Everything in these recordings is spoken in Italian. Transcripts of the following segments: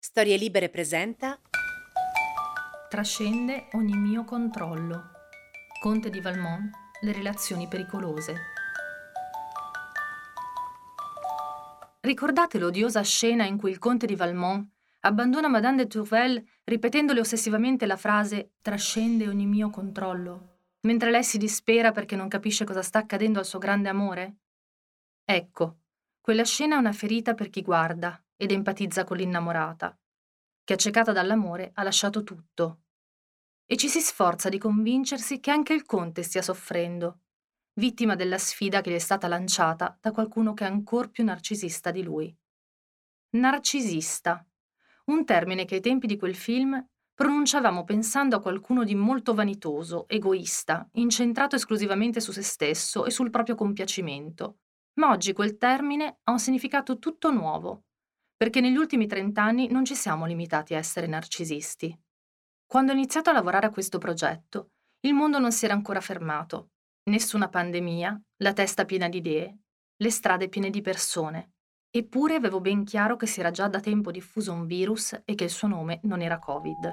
Storie Libere presenta Trascende ogni mio controllo. Conte di Valmont, le relazioni pericolose. Ricordate l'odiosa scena in cui il conte di Valmont abbandona Madame de Tourvel ripetendole ossessivamente la frase «trascende ogni mio controllo», mentre lei si dispera perché non capisce cosa sta accadendo al suo grande amore? Ecco, quella scena è una ferita per chi guarda ed empatizza con l'innamorata, che accecata dall'amore ha lasciato tutto. E ci si sforza di convincersi che anche il conte stia soffrendo, vittima della sfida che gli è stata lanciata da qualcuno che è ancor più narcisista di lui. Narcisista, un termine che ai tempi di quel film pronunciavamo pensando a qualcuno di molto vanitoso, egoista, incentrato esclusivamente su se stesso e sul proprio compiacimento. Ma oggi quel termine ha un significato tutto nuovo, perché negli ultimi 30 anni non ci siamo limitati a essere narcisisti. Quando ho iniziato a lavorare a questo progetto, il mondo non si era ancora fermato. Nessuna pandemia, la testa piena di idee, le strade piene di persone. Eppure avevo ben chiaro che si era già da tempo diffuso un virus e che il suo nome non era Covid.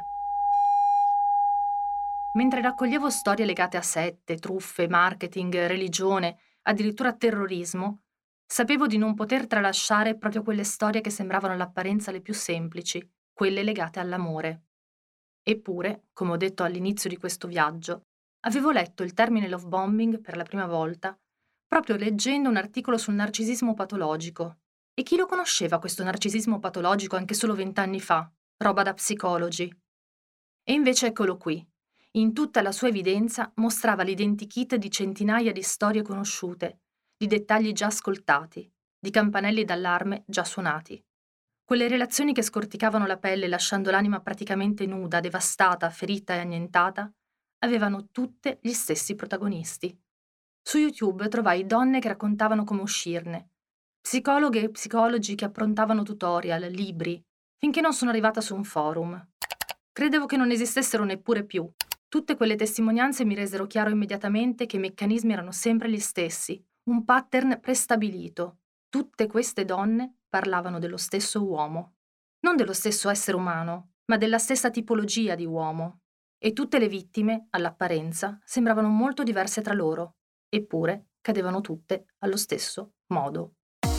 Mentre raccoglievo storie legate a sette, truffe, marketing, religione, addirittura terrorismo, sapevo di non poter tralasciare proprio quelle storie che sembravano all'apparenza le più semplici, quelle legate all'amore. Eppure, come ho detto all'inizio di questo viaggio, avevo letto il termine love bombing per la prima volta proprio leggendo un articolo sul narcisismo patologico. E chi lo conosceva questo narcisismo patologico anche solo 20 anni fa? Roba da psicologi. E invece eccolo qui. In tutta la sua evidenza mostrava l'identikit di centinaia di storie conosciute, di dettagli già ascoltati, di campanelli d'allarme già suonati. Quelle relazioni che scorticavano la pelle lasciando l'anima praticamente nuda, devastata, ferita e annientata, avevano tutte gli stessi protagonisti. Su YouTube trovai donne che raccontavano come uscirne, psicologhe e psicologi che approntavano tutorial, libri, finché non sono arrivata su un forum. Credevo che non esistessero neppure più. Tutte quelle testimonianze mi resero chiaro immediatamente che i meccanismi erano sempre gli stessi, un pattern prestabilito. Tutte queste donne parlavano dello stesso uomo. Non dello stesso essere umano, ma della stessa tipologia di uomo. E tutte le vittime, all'apparenza, sembravano molto diverse tra loro, eppure cadevano tutte allo stesso modo.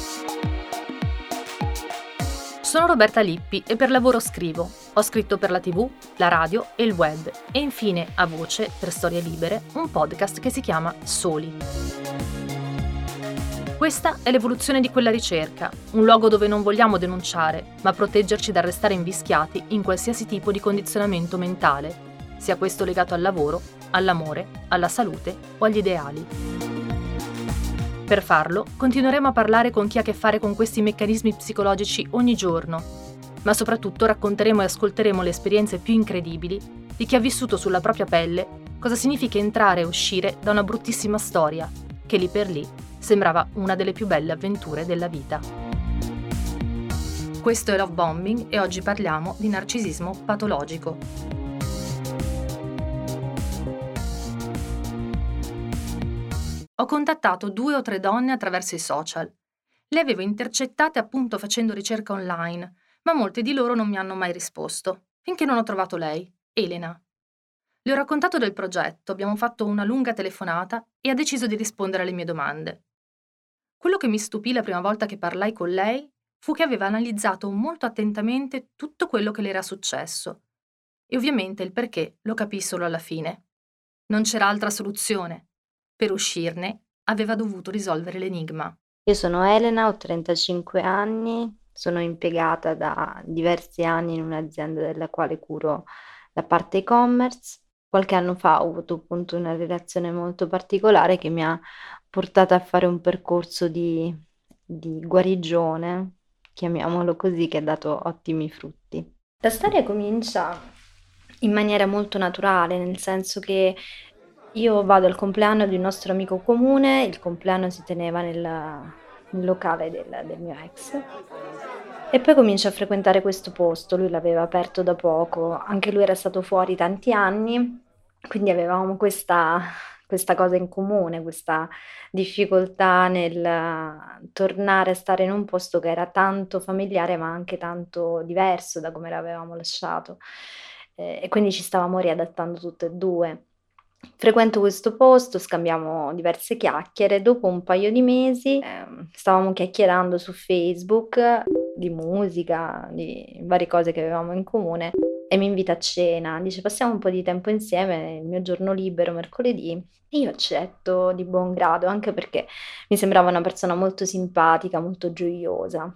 Sono Roberta Lippi e per lavoro scrivo. Ho scritto per la TV, la radio e il web e infine a voce, per Storie Libere, un podcast che si chiama Soli. Questa è l'evoluzione di quella ricerca, un luogo dove non vogliamo denunciare, ma proteggerci dal restare invischiati in qualsiasi tipo di condizionamento mentale, sia questo legato al lavoro, all'amore, alla salute o agli ideali. Per farlo, continueremo a parlare con chi ha a che fare con questi meccanismi psicologici ogni giorno, ma soprattutto racconteremo e ascolteremo le esperienze più incredibili di chi ha vissuto sulla propria pelle cosa significa entrare e uscire da una bruttissima storia, che lì per lì sembrava una delle più belle avventure della vita. Questo è Love Bombing e oggi parliamo di narcisismo patologico. Ho contattato 2 o 3 donne attraverso i social. Le avevo intercettate appunto facendo ricerca online, ma molte di loro non mi hanno mai risposto, finché non ho trovato lei, Elena. Le ho raccontato del progetto, abbiamo fatto una lunga telefonata e ha deciso di rispondere alle mie domande. Quello che mi stupì la prima volta che parlai con lei fu che aveva analizzato molto attentamente tutto quello che le era successo. E ovviamente il perché lo capii solo alla fine. Non c'era altra soluzione. Per uscirne aveva dovuto risolvere l'enigma. Io sono Elena, ho 35 anni, sono impiegata da diversi anni in un'azienda della quale curo la parte e-commerce. Qualche anno fa ho avuto appunto una relazione molto particolare che mi ha portata a fare un percorso di guarigione, chiamiamolo così, che ha dato ottimi frutti. La storia comincia in maniera molto naturale, nel senso che io vado al compleanno di un nostro amico comune, il compleanno si teneva nel locale del mio ex, e poi comincio a frequentare questo posto. Lui l'aveva aperto da poco, anche lui era stato fuori tanti anni Quindi avevamo questa cosa in comune, questa difficoltà nel tornare a stare in un posto che era tanto familiare, ma anche tanto diverso da come l'avevamo lasciato. E quindi ci stavamo riadattando tutte e 2. Frequento questo posto, scambiamo diverse chiacchiere. Dopo un paio di mesi, stavamo chiacchierando su Facebook di musica, di varie cose che avevamo in comune e mi invita a cena. Dice: "Passiamo un po' di tempo insieme, il mio giorno libero mercoledì". E io accetto di buon grado, anche perché mi sembrava una persona molto simpatica, molto gioiosa.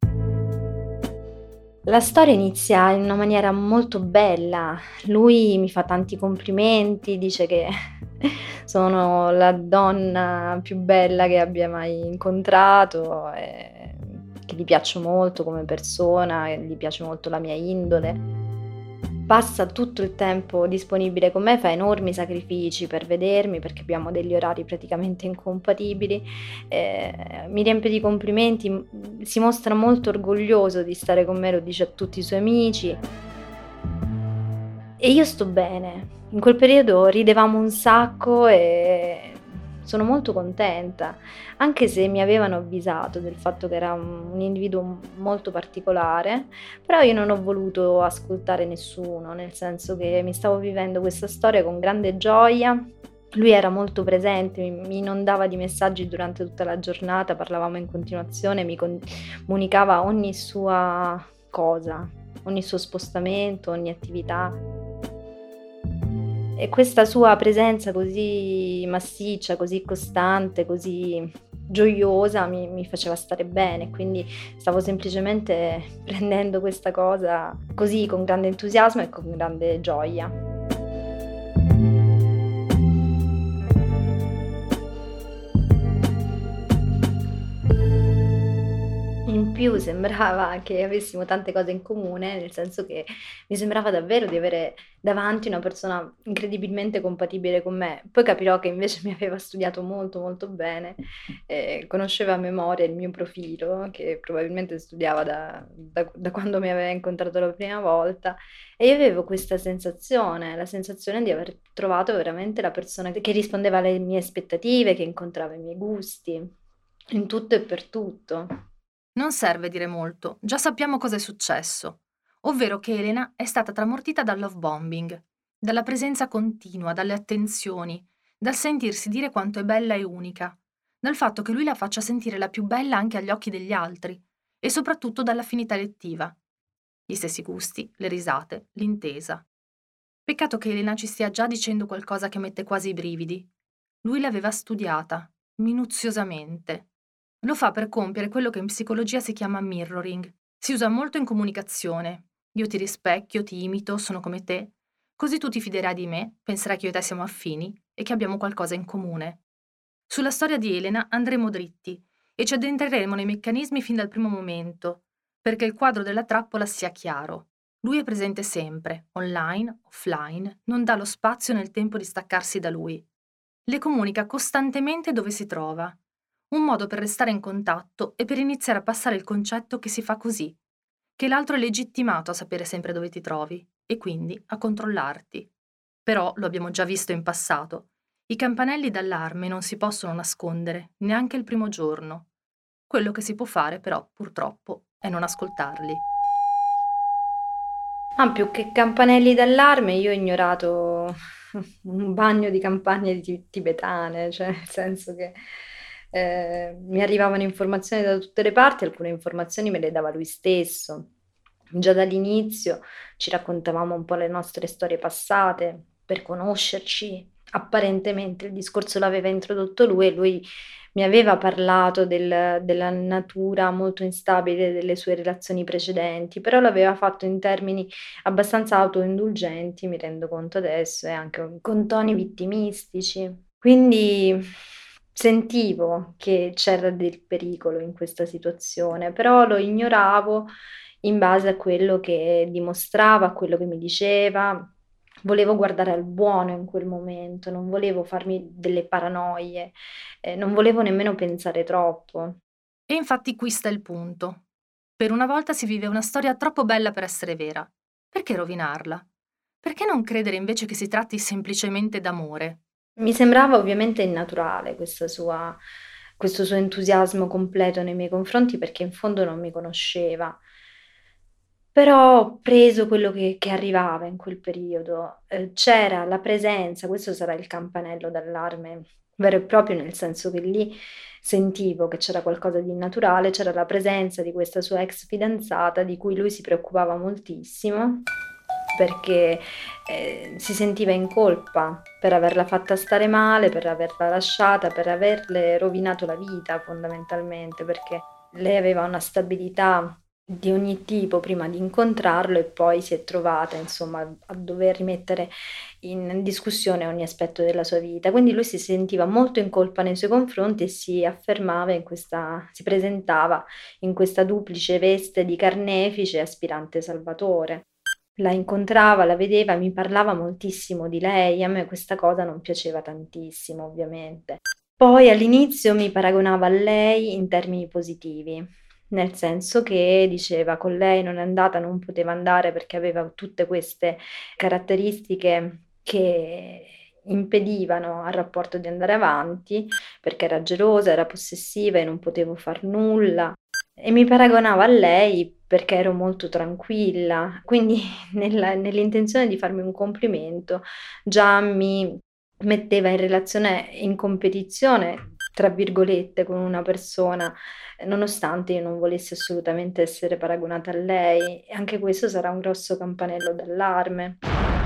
La storia inizia in una maniera molto bella. Lui mi fa tanti complimenti, dice che sono la donna più bella che abbia mai incontrato, che gli piaccio molto come persona, e gli piace molto la mia indole. Passa tutto il tempo disponibile con me, fa enormi sacrifici per vedermi, perché abbiamo degli orari praticamente incompatibili, mi riempie di complimenti, si mostra molto orgoglioso di stare con me, lo dice a tutti i suoi amici. E io sto bene. In quel periodo ridevamo un sacco e sono molto contenta, anche se mi avevano avvisato del fatto che era un individuo molto particolare, però io non ho voluto ascoltare nessuno, nel senso che mi stavo vivendo questa storia con grande gioia. Lui era molto presente, mi inondava di messaggi durante tutta la giornata, parlavamo in continuazione, mi comunicava ogni sua cosa, ogni suo spostamento, ogni attività. E questa sua presenza così massiccia, così costante, così gioiosa mi faceva stare bene, quindi stavo semplicemente prendendo questa cosa così con grande entusiasmo e con grande gioia. In più sembrava che avessimo tante cose in comune, nel senso che mi sembrava davvero di avere davanti una persona incredibilmente compatibile con me. Poi capirò che invece mi aveva studiato molto, molto bene, conosceva a memoria il mio profilo, che probabilmente studiava da quando mi aveva incontrato la prima volta, e io avevo questa sensazione, la sensazione di aver trovato veramente la persona che rispondeva alle mie aspettative, che incontrava i miei gusti, in tutto e per tutto. Non serve dire molto, già sappiamo cosa è successo, ovvero che Elena è stata tramortita dal love bombing, dalla presenza continua, dalle attenzioni, dal sentirsi dire quanto è bella e unica, dal fatto che lui la faccia sentire la più bella anche agli occhi degli altri e soprattutto dall'affinità elettiva, gli stessi gusti, le risate, l'intesa. Peccato che Elena ci stia già dicendo qualcosa che mette quasi i brividi. Lui l'aveva studiata, minuziosamente. Lo fa per compiere quello che in psicologia si chiama mirroring. Si usa molto in comunicazione. Io ti rispecchio, ti imito, sono come te. Così tu ti fiderai di me, penserai che io e te siamo affini e che abbiamo qualcosa in comune. Sulla storia di Elena andremo dritti e ci addentreremo nei meccanismi fin dal primo momento, perché il quadro della trappola sia chiaro. Lui è presente sempre, online, offline, non dà lo spazio né il tempo di staccarsi da lui. Le comunica costantemente dove si trova. Un modo per restare in contatto e per iniziare a passare il concetto che si fa così, che l'altro è legittimato a sapere sempre dove ti trovi e quindi a controllarti. Però, lo abbiamo già visto in passato, i campanelli d'allarme non si possono nascondere, neanche il primo giorno. Quello che si può fare, però, purtroppo, è non ascoltarli. Ah, più che campanelli d'allarme, io ho ignorato un bagno di campagne tibetane, cioè nel senso che mi arrivavano informazioni da tutte le parti, alcune informazioni me le dava lui stesso. Già dall'inizio ci raccontavamo un po' le nostre storie passate per conoscerci. Apparentemente il discorso l'aveva introdotto lui e lui mi aveva parlato della natura molto instabile delle sue relazioni precedenti, però l'aveva fatto in termini abbastanza autoindulgenti, mi rendo conto adesso, e anche con toni vittimistici. Quindi sentivo che c'era del pericolo in questa situazione, però lo ignoravo in base a quello che dimostrava, a quello che mi diceva. Volevo guardare al buono in quel momento, non volevo farmi delle paranoie, non volevo nemmeno pensare troppo. E infatti qui sta il punto. Per una volta si vive una storia troppo bella per essere vera. Perché rovinarla? Perché non credere invece che si tratti semplicemente d'amore? Mi sembrava ovviamente innaturale questo suo entusiasmo completo nei miei confronti, perché in fondo non mi conosceva. Però ho preso quello che arrivava in quel periodo. C'era la presenza, questo sarà il campanello d'allarme vero e proprio, nel senso che lì sentivo che c'era qualcosa di innaturale, c'era la presenza di questa sua ex fidanzata di cui lui si preoccupava moltissimo, perché, si sentiva in colpa per averla fatta stare male, per averla lasciata, per averle rovinato la vita fondamentalmente, perché lei aveva una stabilità di ogni tipo prima di incontrarlo e poi si è trovata insomma a dover rimettere in discussione ogni aspetto della sua vita. Quindi lui si sentiva molto in colpa nei suoi confronti e si presentava in questa duplice veste di carnefice e aspirante salvatore. La incontrava, la vedeva, mi parlava moltissimo di lei, a me questa cosa non piaceva tantissimo ovviamente. Poi all'inizio mi paragonava a lei in termini positivi, nel senso che diceva con lei non è andata, non poteva andare perché aveva tutte queste caratteristiche che impedivano al rapporto di andare avanti, perché era gelosa, era possessiva e non potevo far nulla. E mi paragonava a lei perché ero molto tranquilla, quindi nell'intenzione di farmi un complimento già mi metteva in relazione, in competizione, tra virgolette, con una persona, nonostante io non volessi assolutamente essere paragonata a lei. E anche questo sarà un grosso campanello d'allarme.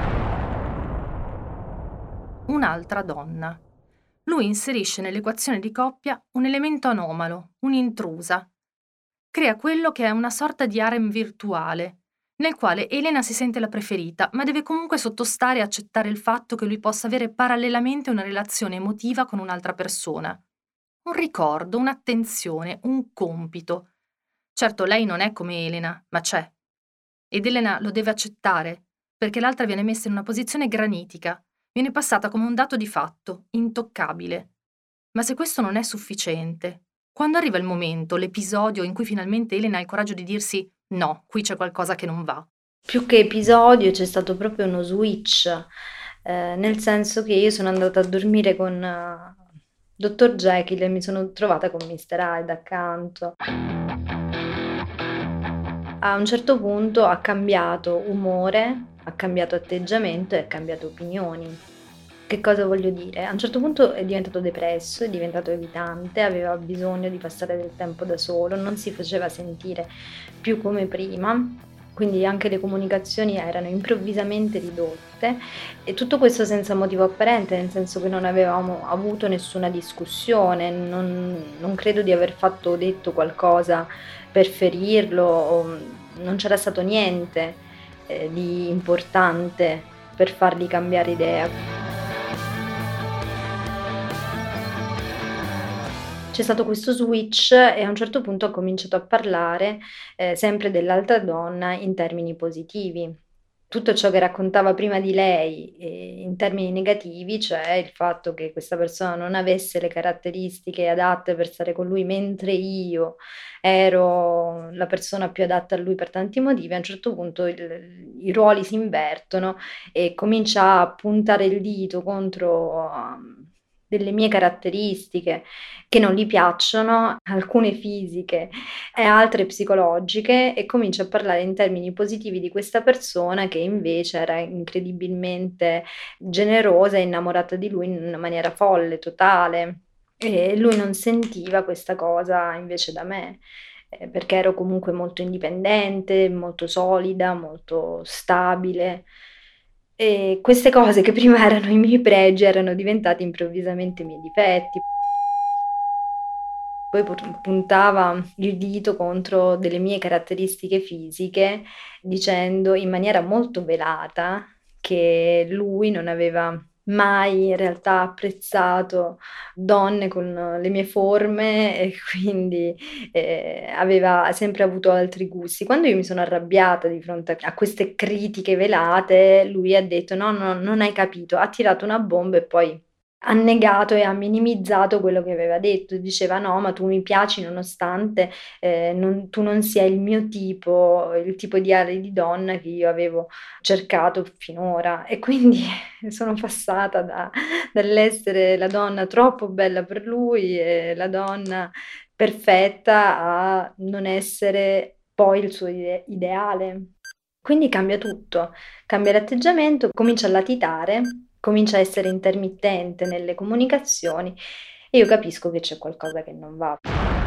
Un'altra donna. Lui inserisce nell'equazione di coppia un elemento anomalo, un'intrusa. Crea quello che è una sorta di harem virtuale, nel quale Elena si sente la preferita, ma deve comunque sottostare e accettare il fatto che lui possa avere parallelamente una relazione emotiva con un'altra persona. Un ricordo, un'attenzione, un compito. Certo, lei non è come Elena, ma c'è. Ed Elena lo deve accettare, perché l'altra viene messa in una posizione granitica, viene passata come un dato di fatto, intoccabile. Ma se questo non è sufficiente, quando arriva il momento, l'episodio in cui finalmente Elena ha il coraggio di dirsi no, qui c'è qualcosa che non va. Più che episodio c'è stato proprio uno switch, nel senso che io sono andata a dormire con Dr. Jekyll e mi sono trovata con Mr. Hyde accanto. A un certo punto ha cambiato umore, ha cambiato atteggiamento e ha cambiato opinioni. Che cosa voglio dire? A un certo punto è diventato depresso, è diventato evitante, aveva bisogno di passare del tempo da solo, non si faceva sentire più come prima, quindi anche le comunicazioni erano improvvisamente ridotte e tutto questo senza motivo apparente, nel senso che non avevamo avuto nessuna discussione, non credo di aver fatto o detto qualcosa per ferirlo, non c'era stato niente di importante per fargli cambiare idea. C'è stato questo switch e a un certo punto ha cominciato a parlare, sempre dell'altra donna in termini positivi. Tutto ciò che raccontava prima di lei, in termini negativi, cioè il fatto che questa persona non avesse le caratteristiche adatte per stare con lui, mentre io ero la persona più adatta a lui per tanti motivi, a un certo punto i ruoli si invertono e comincia a puntare il dito contro, delle mie caratteristiche che non gli piacciono, alcune fisiche e altre psicologiche, e comincia a parlare in termini positivi di questa persona che invece era incredibilmente generosa e innamorata di lui in una maniera folle, totale. E lui non sentiva questa cosa invece da me, perché ero comunque molto indipendente, molto solida, molto stabile. E queste cose che prima erano i miei pregi erano diventati improvvisamente i miei difetti. Poi puntava il dito contro delle mie caratteristiche fisiche, dicendo in maniera molto velata che lui non aveva mai in realtà apprezzato donne con le mie forme e quindi aveva sempre avuto altri gusti. Quando io mi sono arrabbiata di fronte a queste critiche velate, lui ha detto: no, no, non hai capito, ha tirato una bomba e poi ha negato e ha minimizzato quello che aveva detto. Diceva: "No, ma tu mi piaci nonostante, tu non sia il mio tipo, il tipo ideale di donna che io avevo cercato finora". E quindi sono passata dall'essere la donna troppo bella per lui e la donna perfetta a non essere poi il suo ideale. Quindi cambia tutto. Cambia l'atteggiamento, comincia a latitare, comincia a essere intermittente nelle comunicazioni e io capisco che c'è qualcosa che non va.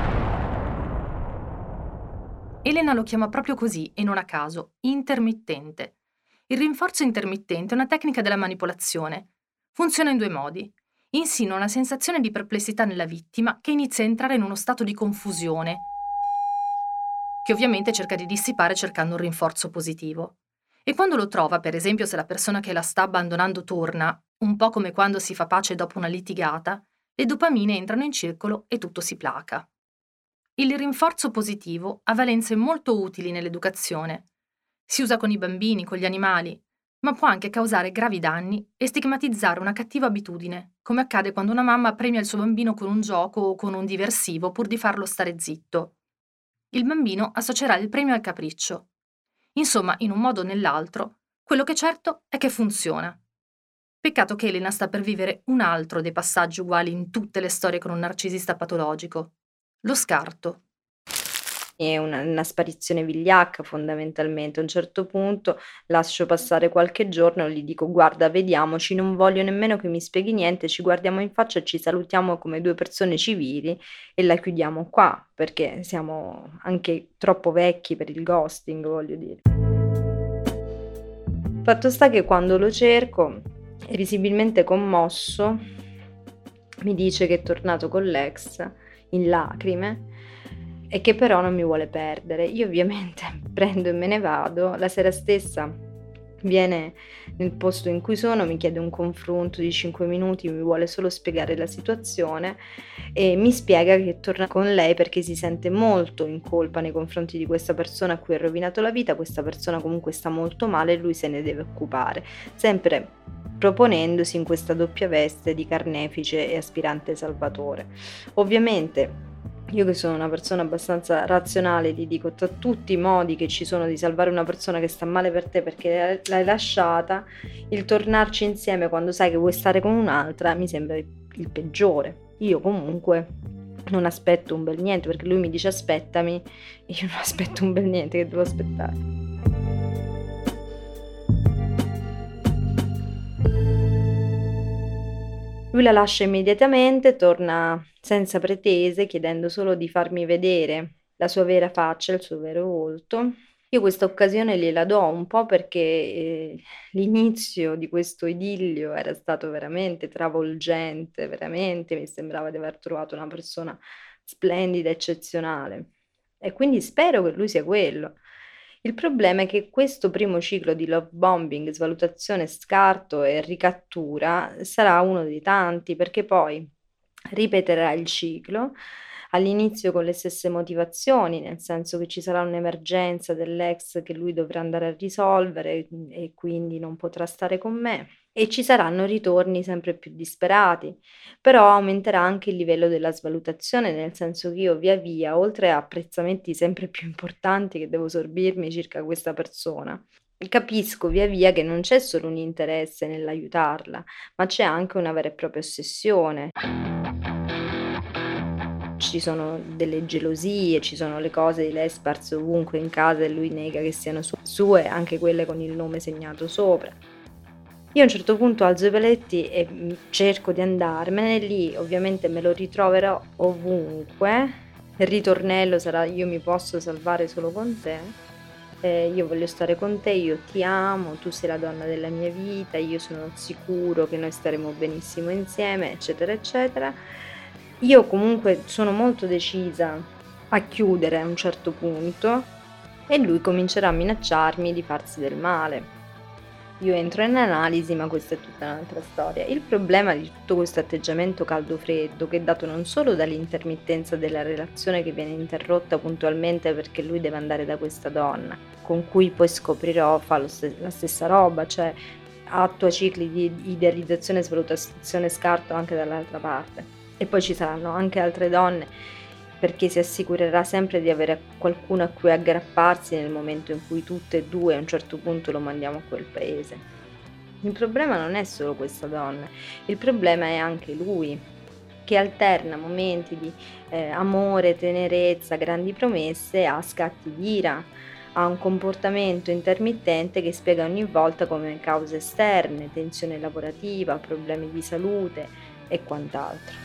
Elena lo chiama proprio così, e non a caso, intermittente. Il rinforzo intermittente è una tecnica della manipolazione. Funziona in due modi. Insinua una sensazione di perplessità nella vittima che inizia a entrare in uno stato di confusione, che ovviamente cerca di dissipare cercando un rinforzo positivo. E quando lo trova, per esempio se la persona che la sta abbandonando torna, un po' come quando si fa pace dopo una litigata, le dopamine entrano in circolo e tutto si placa. Il rinforzo positivo ha valenze molto utili nell'educazione. Si usa con i bambini, con gli animali, ma può anche causare gravi danni e stigmatizzare una cattiva abitudine, come accade quando una mamma premia il suo bambino con un gioco o con un diversivo pur di farlo stare zitto. Il bambino associerà il premio al capriccio. Insomma, in un modo o nell'altro, quello che è certo è che funziona. Peccato che Elena sta per vivere un altro dei passaggi uguali in tutte le storie con un narcisista patologico: lo scarto. È una sparizione vigliacca fondamentalmente. A un certo punto lascio passare qualche giorno e gli dico: "Guarda, vediamoci, non voglio nemmeno che mi spieghi niente, ci guardiamo in faccia e ci salutiamo come 2 persone civili e la chiudiamo qua", perché siamo anche troppo vecchi per il ghosting, voglio dire. Fatto sta che quando lo cerco è visibilmente commosso, mi dice che è tornato con l'ex in lacrime e che però non mi vuole perdere. Io ovviamente prendo e me ne vado. La sera stessa viene nel posto in cui sono, mi chiede un confronto di 5 minuti, mi vuole solo spiegare la situazione e mi spiega che torna con lei perché si sente molto in colpa nei confronti di questa persona a cui ha rovinato la vita. Questa persona comunque sta molto male e lui se ne deve occupare, sempre proponendosi in questa doppia veste di carnefice e aspirante salvatore. Ovviamente io, che sono una persona abbastanza razionale, gli dico: tra tutti i modi che ci sono di salvare una persona che sta male per te perché l'hai lasciata, il tornarci insieme quando sai che vuoi stare con un'altra mi sembra il peggiore. Io comunque non aspetto un bel niente, perché lui mi dice aspettami, e io non aspetto un bel niente, che devo aspettare? Lui la lascia immediatamente, torna senza pretese, chiedendo solo di farmi vedere la sua vera faccia, il suo vero volto. Io questa occasione gliela do un po' perché, l'inizio di questo idillio era stato veramente travolgente, veramente mi sembrava di aver trovato una persona splendida, eccezionale. E quindi spero che lui sia quello. Il problema è che questo primo ciclo di love bombing, svalutazione, scarto e ricattura sarà uno dei tanti, perché poi ripeterà il ciclo, all'inizio con le stesse motivazioni, nel senso che ci sarà un'emergenza dell'ex che lui dovrà andare a risolvere, e quindi non potrà stare con me, e ci saranno ritorni sempre più disperati. Però aumenterà anche il livello della svalutazione, nel senso che io via via, oltre a apprezzamenti sempre più importanti che devo sorbirmi circa questa persona, capisco via via che non c'è solo un interesse nell'aiutarla, ma c'è anche una vera e propria ossessione. Ci sono delle gelosie, ci sono le cose di lei sparse ovunque in casa e lui nega che siano sue, anche quelle con il nome segnato sopra. Io a un certo punto alzo i paletti e, cerco di andarmene, lì ovviamente me lo ritroverò ovunque. Il ritornello sarà: "Io mi posso salvare solo con te, io voglio stare con te, io ti amo, tu sei la donna della mia vita, io sono sicuro che noi staremo benissimo insieme", eccetera, eccetera. Io comunque sono molto decisa a chiudere a un certo punto e lui comincerà a minacciarmi di farsi del male. Io entro in analisi, ma questa è tutta un'altra storia. Il problema di tutto questo atteggiamento caldo-freddo, che è dato non solo dall'intermittenza della relazione che viene interrotta puntualmente perché lui deve andare da questa donna, con cui poi scoprirò fa la stessa roba, cioè attua cicli di idealizzazione, svalutazione, scarto anche dall'altra parte. E poi ci saranno anche altre donne, perché si assicurerà sempre di avere qualcuno a cui aggrapparsi nel momento in cui tutte e due a un certo punto lo mandiamo a quel paese. Il problema non è solo questa donna, il problema è anche lui, che alterna momenti di amore, tenerezza, grandi promesse a scatti di ira, a un comportamento intermittente che spiega ogni volta come cause esterne, tensione lavorativa, problemi di salute e quant'altro.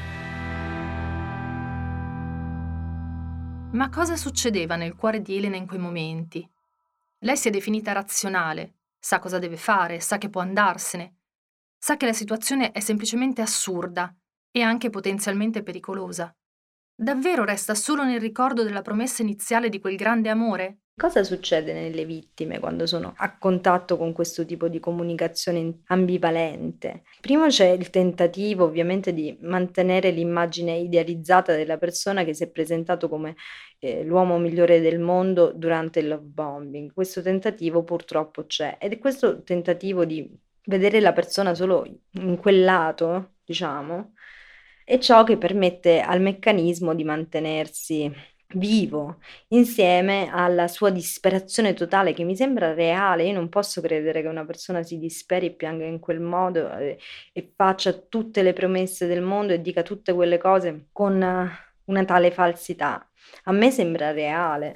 Ma cosa succedeva nel cuore di Elena in quei momenti? Lei si è definita razionale, sa cosa deve fare, sa che può andarsene, sa che la situazione è semplicemente assurda e anche potenzialmente pericolosa. Davvero resta solo nel ricordo della promessa iniziale di quel grande amore? Cosa succede nelle vittime quando sono a contatto con questo tipo di comunicazione ambivalente? Primo c'è il tentativo ovviamente di mantenere l'immagine idealizzata della persona che si è presentato come l'uomo migliore del mondo durante il love bombing. Questo tentativo purtroppo c'è ed è questo tentativo di vedere la persona solo in quel lato, diciamo, è ciò che permette al meccanismo di mantenersi vivo, insieme alla sua disperazione totale che mi sembra reale. Io non posso credere che una persona si disperi e pianga in quel modo, e faccia tutte le promesse del mondo e dica tutte quelle cose con una tale falsità. A me sembra reale.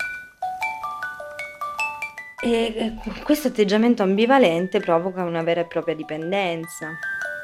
Questo atteggiamento ambivalente provoca una vera e propria dipendenza.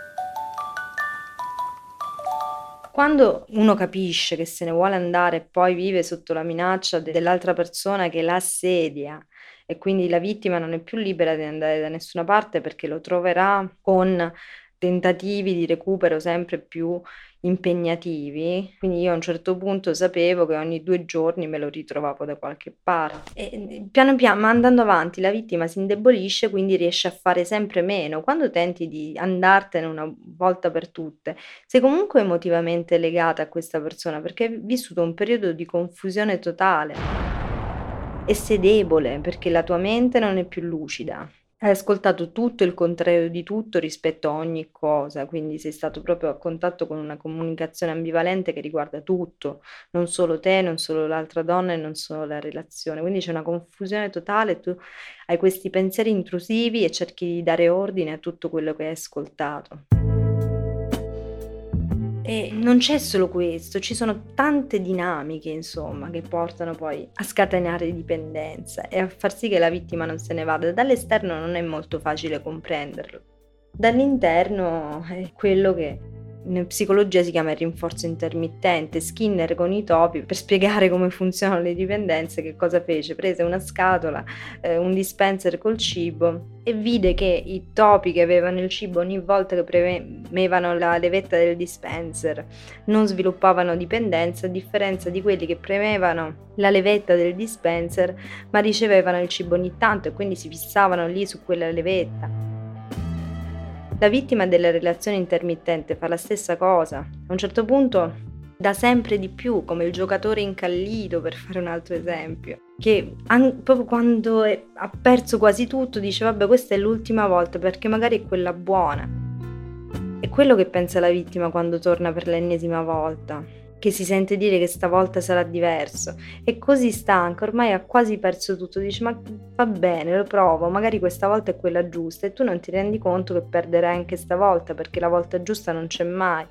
Quando uno capisce che se ne vuole andare e poi vive sotto la minaccia dell'altra persona che la assedia e quindi la vittima non è più libera di andare da nessuna parte perché lo troverà con tentativi di recupero sempre più impegnativi, quindi io a un certo punto sapevo che ogni 2 giorni me lo ritrovavo da qualche parte e piano piano, ma andando avanti, la vittima si indebolisce, quindi riesce a fare sempre meno. Quando tenti di andartene una volta per tutte, sei comunque emotivamente legata a questa persona perché hai vissuto un periodo di confusione totale e sei debole perché la tua mente non è più lucida. Hai ascoltato tutto e il contrario di tutto rispetto a ogni cosa, quindi sei stato proprio a contatto con una comunicazione ambivalente che riguarda tutto, non solo te, non solo l'altra donna e non solo la relazione. Quindi c'è una confusione totale, tu hai questi pensieri intrusivi e cerchi di dare ordine a tutto quello che hai ascoltato. E non c'è solo questo, ci sono tante dinamiche insomma che portano poi a scatenare dipendenza e a far sì che la vittima non se ne vada. Dall'esterno non è molto facile comprenderlo. Dall'interno è quello che in psicologia si chiama il rinforzo intermittente. Skinner con i topi, per spiegare come funzionano le dipendenze, che cosa fece? Prese una scatola, un dispenser col cibo e vide che i topi che avevano il cibo ogni volta che premevano la levetta del dispenser non sviluppavano dipendenza, a differenza di quelli che premevano la levetta del dispenser ma ricevevano il cibo ogni tanto e quindi si fissavano lì su quella levetta. La vittima della relazione intermittente fa la stessa cosa. A un certo punto dà sempre di più, come il giocatore incallito, per fare un altro esempio, che proprio quando ha perso quasi tutto dice vabbè, questa è l'ultima volta perché magari è quella buona. È quello che pensa la vittima quando torna per l'ennesima volta, che si sente dire che stavolta sarà diverso. È così stanca, ormai ha quasi perso tutto, dice ma va bene, lo provo, magari questa volta è quella giusta e tu non ti rendi conto che perderai anche stavolta perché la volta giusta non c'è mai.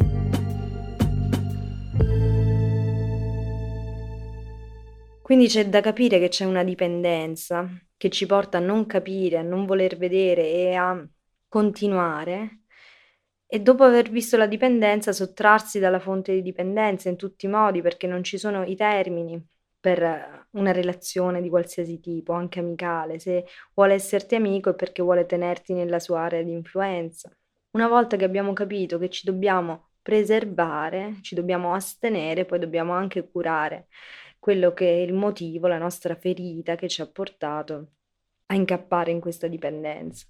Quindi c'è da capire che c'è una dipendenza che ci porta a non capire, a non voler vedere e a continuare. E dopo aver visto la dipendenza, sottrarsi dalla fonte di dipendenza in tutti i modi, perché non ci sono i termini per una relazione di qualsiasi tipo, anche amicale. Se vuole esserti amico è perché vuole tenerti nella sua area di influenza. Una volta che abbiamo capito che ci dobbiamo preservare, ci dobbiamo astenere, poi dobbiamo anche curare quello che è il motivo, la nostra ferita che ci ha portato a incappare in questa dipendenza.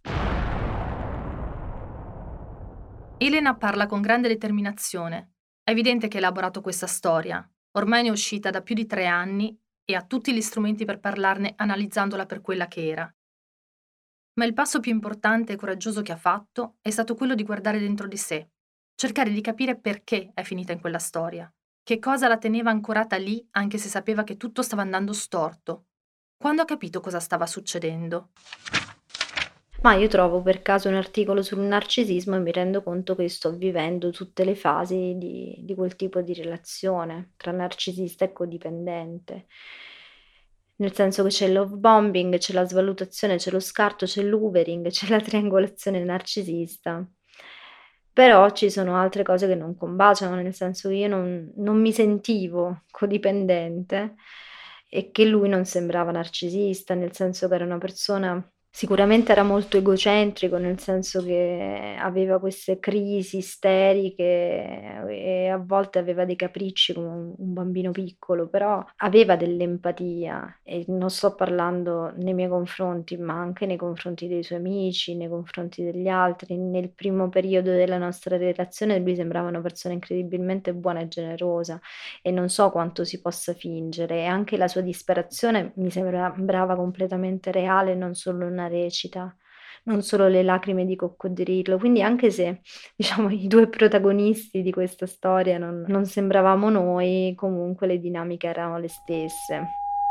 Elena parla con grande determinazione. È evidente che ha elaborato questa storia. Ormai ne è uscita da più di 3 anni e ha tutti gli strumenti per parlarne analizzandola per quella che era. Ma il passo più importante e coraggioso che ha fatto è stato quello di guardare dentro di sé, cercare di capire perché è finita in quella storia, che cosa la teneva ancorata lì anche se sapeva che tutto stava andando storto. Quando ha capito cosa stava succedendo, Ma io trovo per caso un articolo sul narcisismo e mi rendo conto che sto vivendo tutte le fasi di quel tipo di relazione tra narcisista e codipendente. Nel senso che c'è il love bombing, c'è la svalutazione, c'è lo scarto, c'è l'hoovering, c'è la triangolazione narcisista. Però ci sono altre cose che non combaciano, nel senso che io non mi sentivo codipendente e che lui non sembrava narcisista, nel senso che era una persona sicuramente era molto egocentrico, nel senso che aveva queste crisi isteriche e a volte aveva dei capricci come un bambino piccolo, però aveva dell'empatia e non sto parlando nei miei confronti, ma anche nei confronti dei suoi amici, nei confronti degli altri. Nel primo periodo della nostra relazione lui sembrava una persona incredibilmente buona e generosa e non so quanto si possa fingere e anche la sua disperazione mi sembrava completamente reale, non solo una recita, non solo le lacrime di coccodrillo. Quindi anche se, diciamo, i 2 protagonisti di questa storia non sembravamo noi, comunque le dinamiche erano le stesse.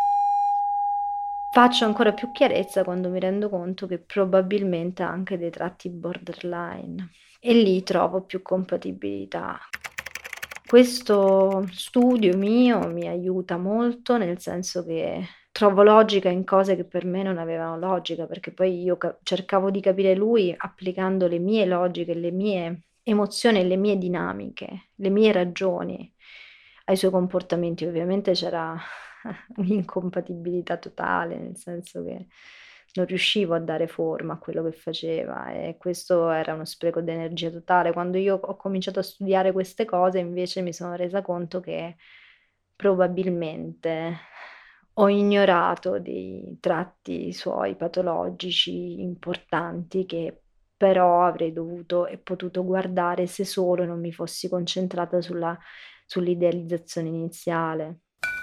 Faccio ancora più chiarezza quando mi rendo conto che probabilmente ha anche dei tratti borderline e lì trovo più compatibilità. Questo studio mio mi aiuta molto, nel senso che trovo logica in cose che per me non avevano logica, perché poi io cercavo di capire lui applicando le mie logiche, le mie emozioni e le mie dinamiche, le mie ragioni ai suoi comportamenti. Ovviamente c'era un'incompatibilità totale, nel senso che non riuscivo a dare forma a quello che faceva e questo era uno spreco di energia totale. Quando io ho cominciato a studiare queste cose, invece mi sono resa conto che probabilmente ho ignorato dei tratti suoi patologici importanti che però avrei dovuto e potuto guardare se solo non mi fossi concentrata sull'idealizzazione iniziale.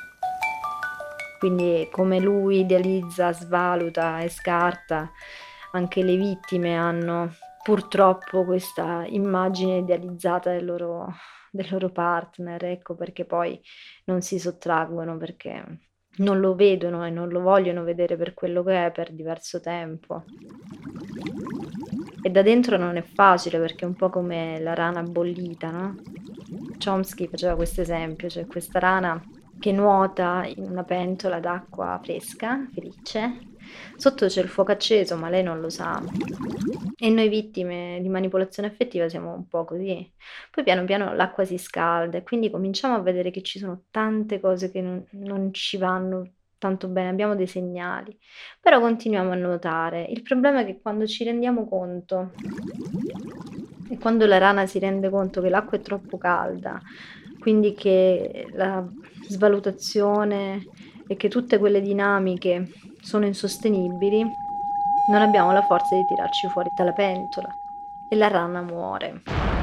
Quindi come lui idealizza, svaluta e scarta, anche le vittime hanno purtroppo questa immagine idealizzata del loro partner, ecco perché poi non si sottraggono, perché non lo vedono e non lo vogliono vedere per quello che è per diverso tempo. E da dentro non è facile perché è un po' come la rana bollita, no? Chomsky faceva questo esempio, cioè questa rana che nuota in una pentola d'acqua fresca, felice, sotto c'è il fuoco acceso, ma lei non lo sa. E noi vittime di manipolazione affettiva siamo un po' così. Poi piano piano l'acqua si scalda e quindi cominciamo a vedere che ci sono tante cose che non ci vanno tanto bene, abbiamo dei segnali, però continuiamo a nuotare. Il problema è che quando ci rendiamo conto e quando la rana si rende conto che l'acqua è troppo calda, quindi che la svalutazione e che tutte quelle dinamiche sono insostenibili, non abbiamo la forza di tirarci fuori dalla pentola e la rana muore.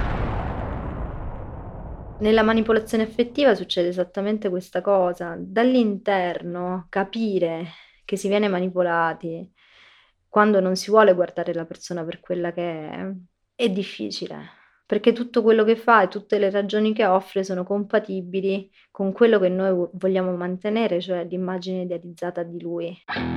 Nella manipolazione affettiva succede esattamente questa cosa. Dall'interno capire che si viene manipolati quando non si vuole guardare la persona per quella che è difficile, perché tutto quello che fa e tutte le ragioni che offre sono compatibili con quello che noi vogliamo mantenere, cioè l'immagine idealizzata di lui.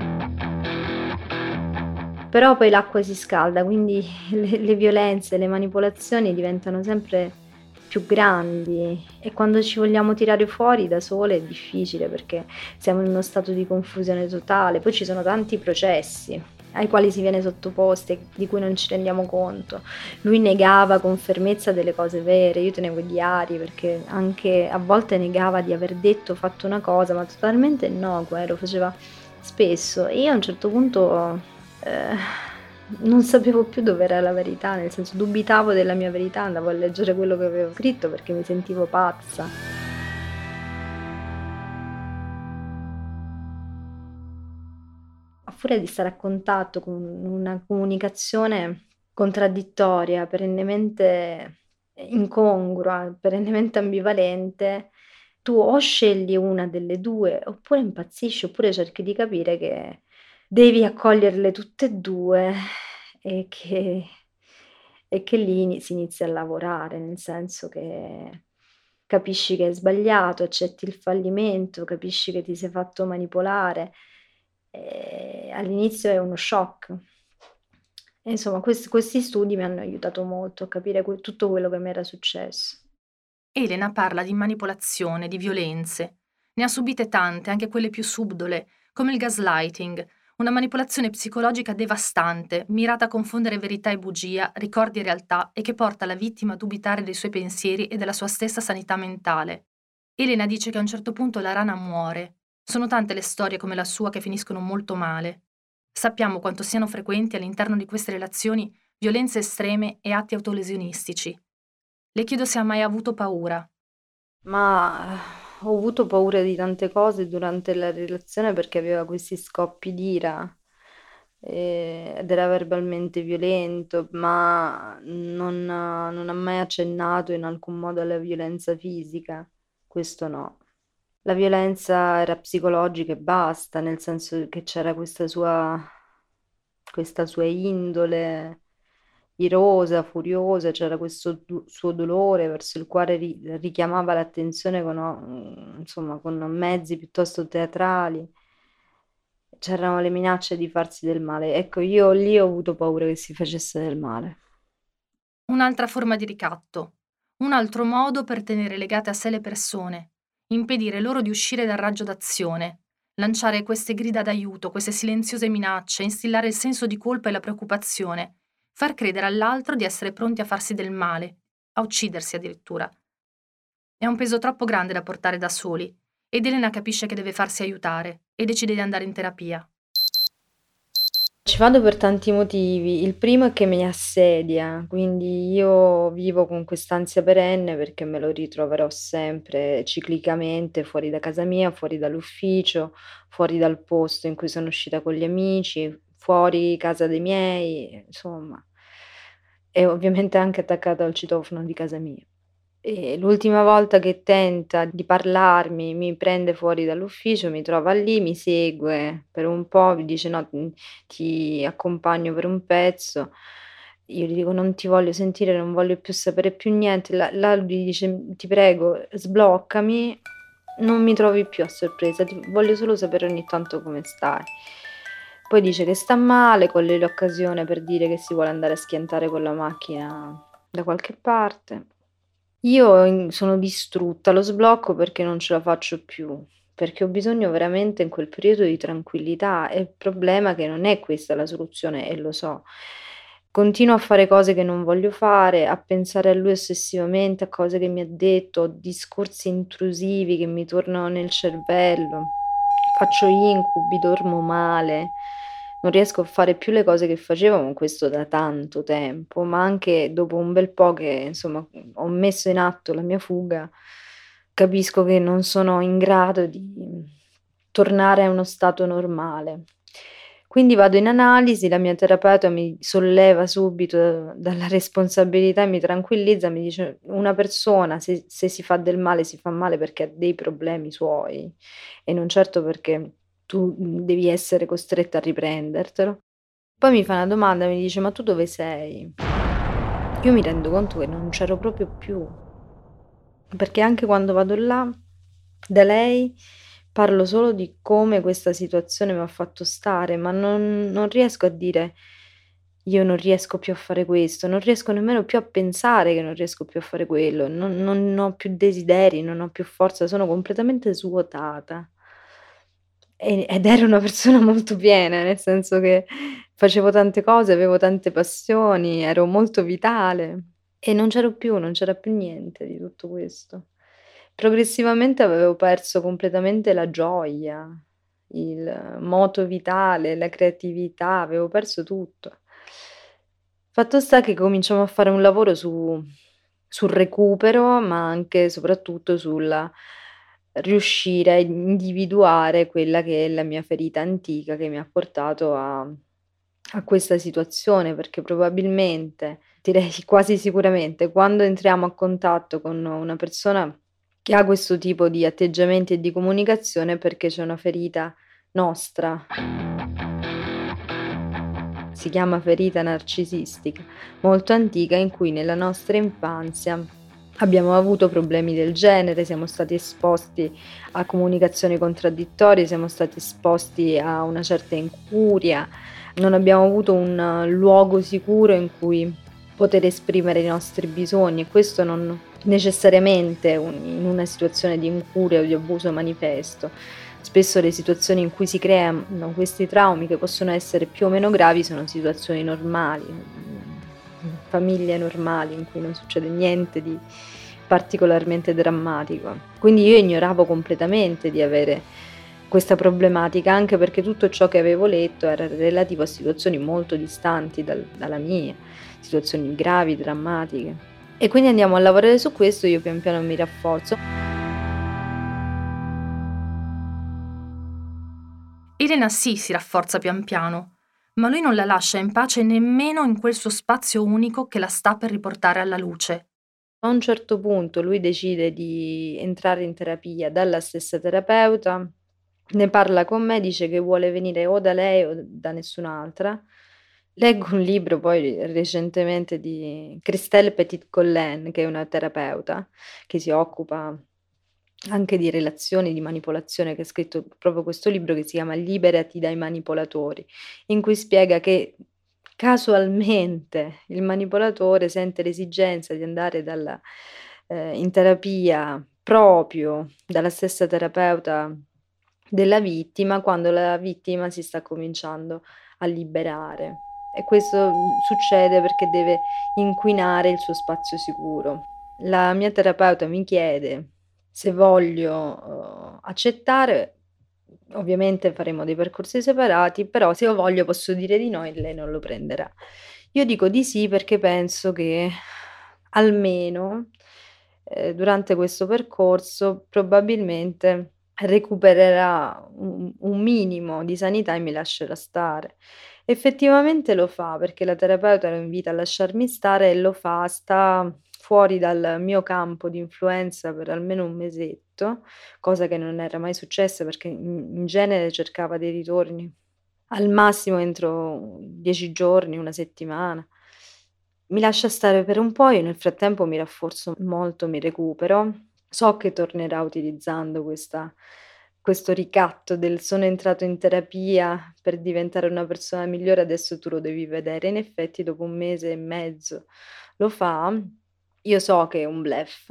Però poi l'acqua si scalda, quindi le violenze, le manipolazioni diventano sempre più grandi e quando ci vogliamo tirare fuori da sole è difficile perché siamo in uno stato di confusione totale. Poi ci sono tanti processi ai quali si viene sottoposti, di cui non ci rendiamo conto. Lui negava con fermezza delle cose vere, io tenevo i diari perché anche a volte negava di aver detto o fatto una cosa, ma totalmente innocua, lo faceva spesso e io a un certo punto Ehm, non sapevo più dov'era la verità, nel senso dubitavo della mia verità, andavo a leggere quello che avevo scritto perché mi sentivo pazza. A furia di stare a contatto con una comunicazione contraddittoria, perennemente incongrua, perennemente ambivalente, tu o scegli una delle 2 oppure impazzisci, oppure cerchi di capire che devi accoglierle tutte e 2 e che lì si inizia a lavorare, nel senso che capisci che hai sbagliato, accetti il fallimento, capisci che ti sei fatto manipolare. All'inizio è uno shock. E insomma questi studi mi hanno aiutato molto a capire tutto quello che m'era successo. Elena parla di manipolazione, di violenze. Ne ha subite tante, anche quelle più subdole, come il gaslighting, una manipolazione psicologica devastante, mirata a confondere verità e bugia, ricordi e realtà e che porta la vittima a dubitare dei suoi pensieri e della sua stessa sanità mentale. Elena dice che a un certo punto la rana muore. Sono tante le storie come la sua che finiscono molto male. Sappiamo quanto siano frequenti all'interno di queste relazioni violenze estreme e atti autolesionistici. Le chiedo se ha mai avuto paura. Ma ho avuto paura di tante cose durante la relazione perché aveva questi scoppi d'ira, ed era verbalmente violento, ma non ha mai accennato in alcun modo alla violenza fisica. Questo no. La violenza era psicologica e basta, nel senso che c'era questa sua indole irosa, furiosa, c'era questo suo dolore verso il quale richiamava l'attenzione insomma, con mezzi piuttosto teatrali. C'erano le minacce di farsi del male. Ecco, io lì ho avuto paura che si facesse del male. Un'altra forma di ricatto. Un altro modo per tenere legate a sé le persone. Impedire loro di uscire dal raggio d'azione. Lanciare queste grida d'aiuto, queste silenziose minacce, instillare il senso di colpa e la preoccupazione. Far credere all'altro di essere pronti a farsi del male, a uccidersi addirittura. È un peso troppo grande da portare da soli, ed Elena capisce che deve farsi aiutare e decide di andare in terapia. Ci vado per tanti motivi. Il primo è che mi assedia, quindi io vivo con quest'ansia perenne perché me lo ritroverò sempre ciclicamente fuori da casa mia, fuori dall'ufficio, fuori dal posto in cui sono uscita con gli amici, fuori casa dei miei, insomma. E ovviamente anche attaccata al citofono di casa mia. E l'ultima volta che tenta di parlarmi, mi prende fuori dall'ufficio, mi trova lì, mi segue per un po', mi dice: "No, ti accompagno per un pezzo". Io gli dico: "Non ti voglio sentire, non voglio più sapere più niente". Là lui dice: "Ti prego, sbloccami, non mi trovi più a sorpresa, ti voglio solo sapere ogni tanto come stai". Poi dice che sta male, coglie l'occasione per dire che si vuole andare a schiantare con la macchina da qualche parte. Io sono distrutta, lo sblocco perché non ce la faccio più, perché ho bisogno veramente in quel periodo di tranquillità e il problema è che non è questa la soluzione e lo so. Continuo a fare cose che non voglio fare, a pensare a lui ossessivamente, a cose che mi ha detto, ho discorsi intrusivi che mi tornano nel cervello, faccio incubi, dormo male. Non riesco a fare più le cose che facevo, ma questo da tanto tempo, ma anche dopo un bel po' che, insomma, ho messo in atto la mia fuga, capisco che non sono in grado di tornare a uno stato normale. Quindi vado in analisi, la mia terapeuta mi solleva subito dalla responsabilità e mi tranquillizza, mi dice: "Una persona se si fa del male, si fa male perché ha dei problemi suoi e non certo perché tu, devi essere costretta a riprendertelo". Poi mi fa una domanda, mi dice: "Ma tu dove sei?" Io mi rendo conto che non c'ero proprio più, perché anche quando vado là, da lei, parlo solo di come questa situazione m'ha fatto stare, ma non riesco a dire: "Io non riesco più a fare questo", non riesco nemmeno più a pensare che non riesco più a fare quello, non ho più desideri, non ho più forza, sono completamente svuotata. Ed ero una persona molto piena, nel senso che facevo tante cose, avevo tante passioni, ero molto vitale e non c'era più niente di tutto questo. Progressivamente avevo perso completamente la gioia, il moto vitale, la creatività, avevo perso tutto. Fatto sta che cominciamo a fare un lavoro sul recupero, ma anche e soprattutto sul riuscire a individuare quella che è la mia ferita antica che mi ha portato a questa situazione, perché probabilmente, direi quasi sicuramente, quando entriamo a contatto con una persona che ha questo tipo di atteggiamenti e di comunicazione è perché c'è una ferita nostra. si chiama ferita narcisistica, molto antica, in cui nella nostra infanzia abbiamo avuto problemi del genere, siamo stati esposti a comunicazioni contraddittorie, siamo stati esposti a una certa incuria, non abbiamo avuto un luogo sicuro in cui poter esprimere i nostri bisogni, e questo non necessariamente in una situazione di incuria o di abuso manifesto. Spesso le situazioni in cui si creano questi traumi, che possono essere più o meno gravi, sono situazioni normali, famiglie normali in cui non succede niente di particolarmente drammatico. Quindi io ignoravo completamente di avere questa problematica, anche perché tutto ciò che avevo letto era relativo a situazioni molto distanti dalla mia, situazioni gravi, drammatiche. E quindi andiamo a lavorare su questo, io pian piano mi rafforzo. Elena sì, si rafforza pian piano, ma lui non la lascia in pace nemmeno in quel suo spazio unico che la sta per riportare alla luce. A un certo punto lui decide di entrare in terapia dalla stessa terapeuta, ne parla con me, dice che vuole venire o da lei o da nessun'altra. Leggo un libro poi recentemente di Christelle Petit-Collen, che è una terapeuta che si occupa anche di relazioni, di manipolazione, che ha scritto proprio questo libro che si chiama Liberati dai manipolatori, in cui spiega che casualmente il manipolatore sente l'esigenza di andare in terapia proprio dalla stessa terapeuta della vittima, quando la vittima si sta cominciando a liberare. E questo, succede perché deve inquinare il suo spazio sicuro. La mia terapeuta mi chiede se voglio, accettare. Ovviamente faremo dei percorsi separati, però se io voglio posso dire di no e lei non lo prenderà. Io dico di sì perché penso che almeno, durante questo percorso probabilmente recupererà un minimo di sanità e mi lascerà stare. Effettivamente lo fa, perché la terapeuta lo invita a lasciarmi stare e lo fa, sta fuori dal mio campo di influenza per almeno un mesetto, cosa che non era mai successa perché in genere cercava dei ritorni al massimo entro 10 giorni, 1 settimana. Mi lascia stare per un po', io nel frattempo mi rafforzo molto, mi recupero. So che tornerà utilizzando questo ricatto del: "Sono entrato in terapia per diventare una persona migliore, adesso tu lo devi vedere". In effetti dopo 1 mese e mezzo lo fa. Io so che è un bluff,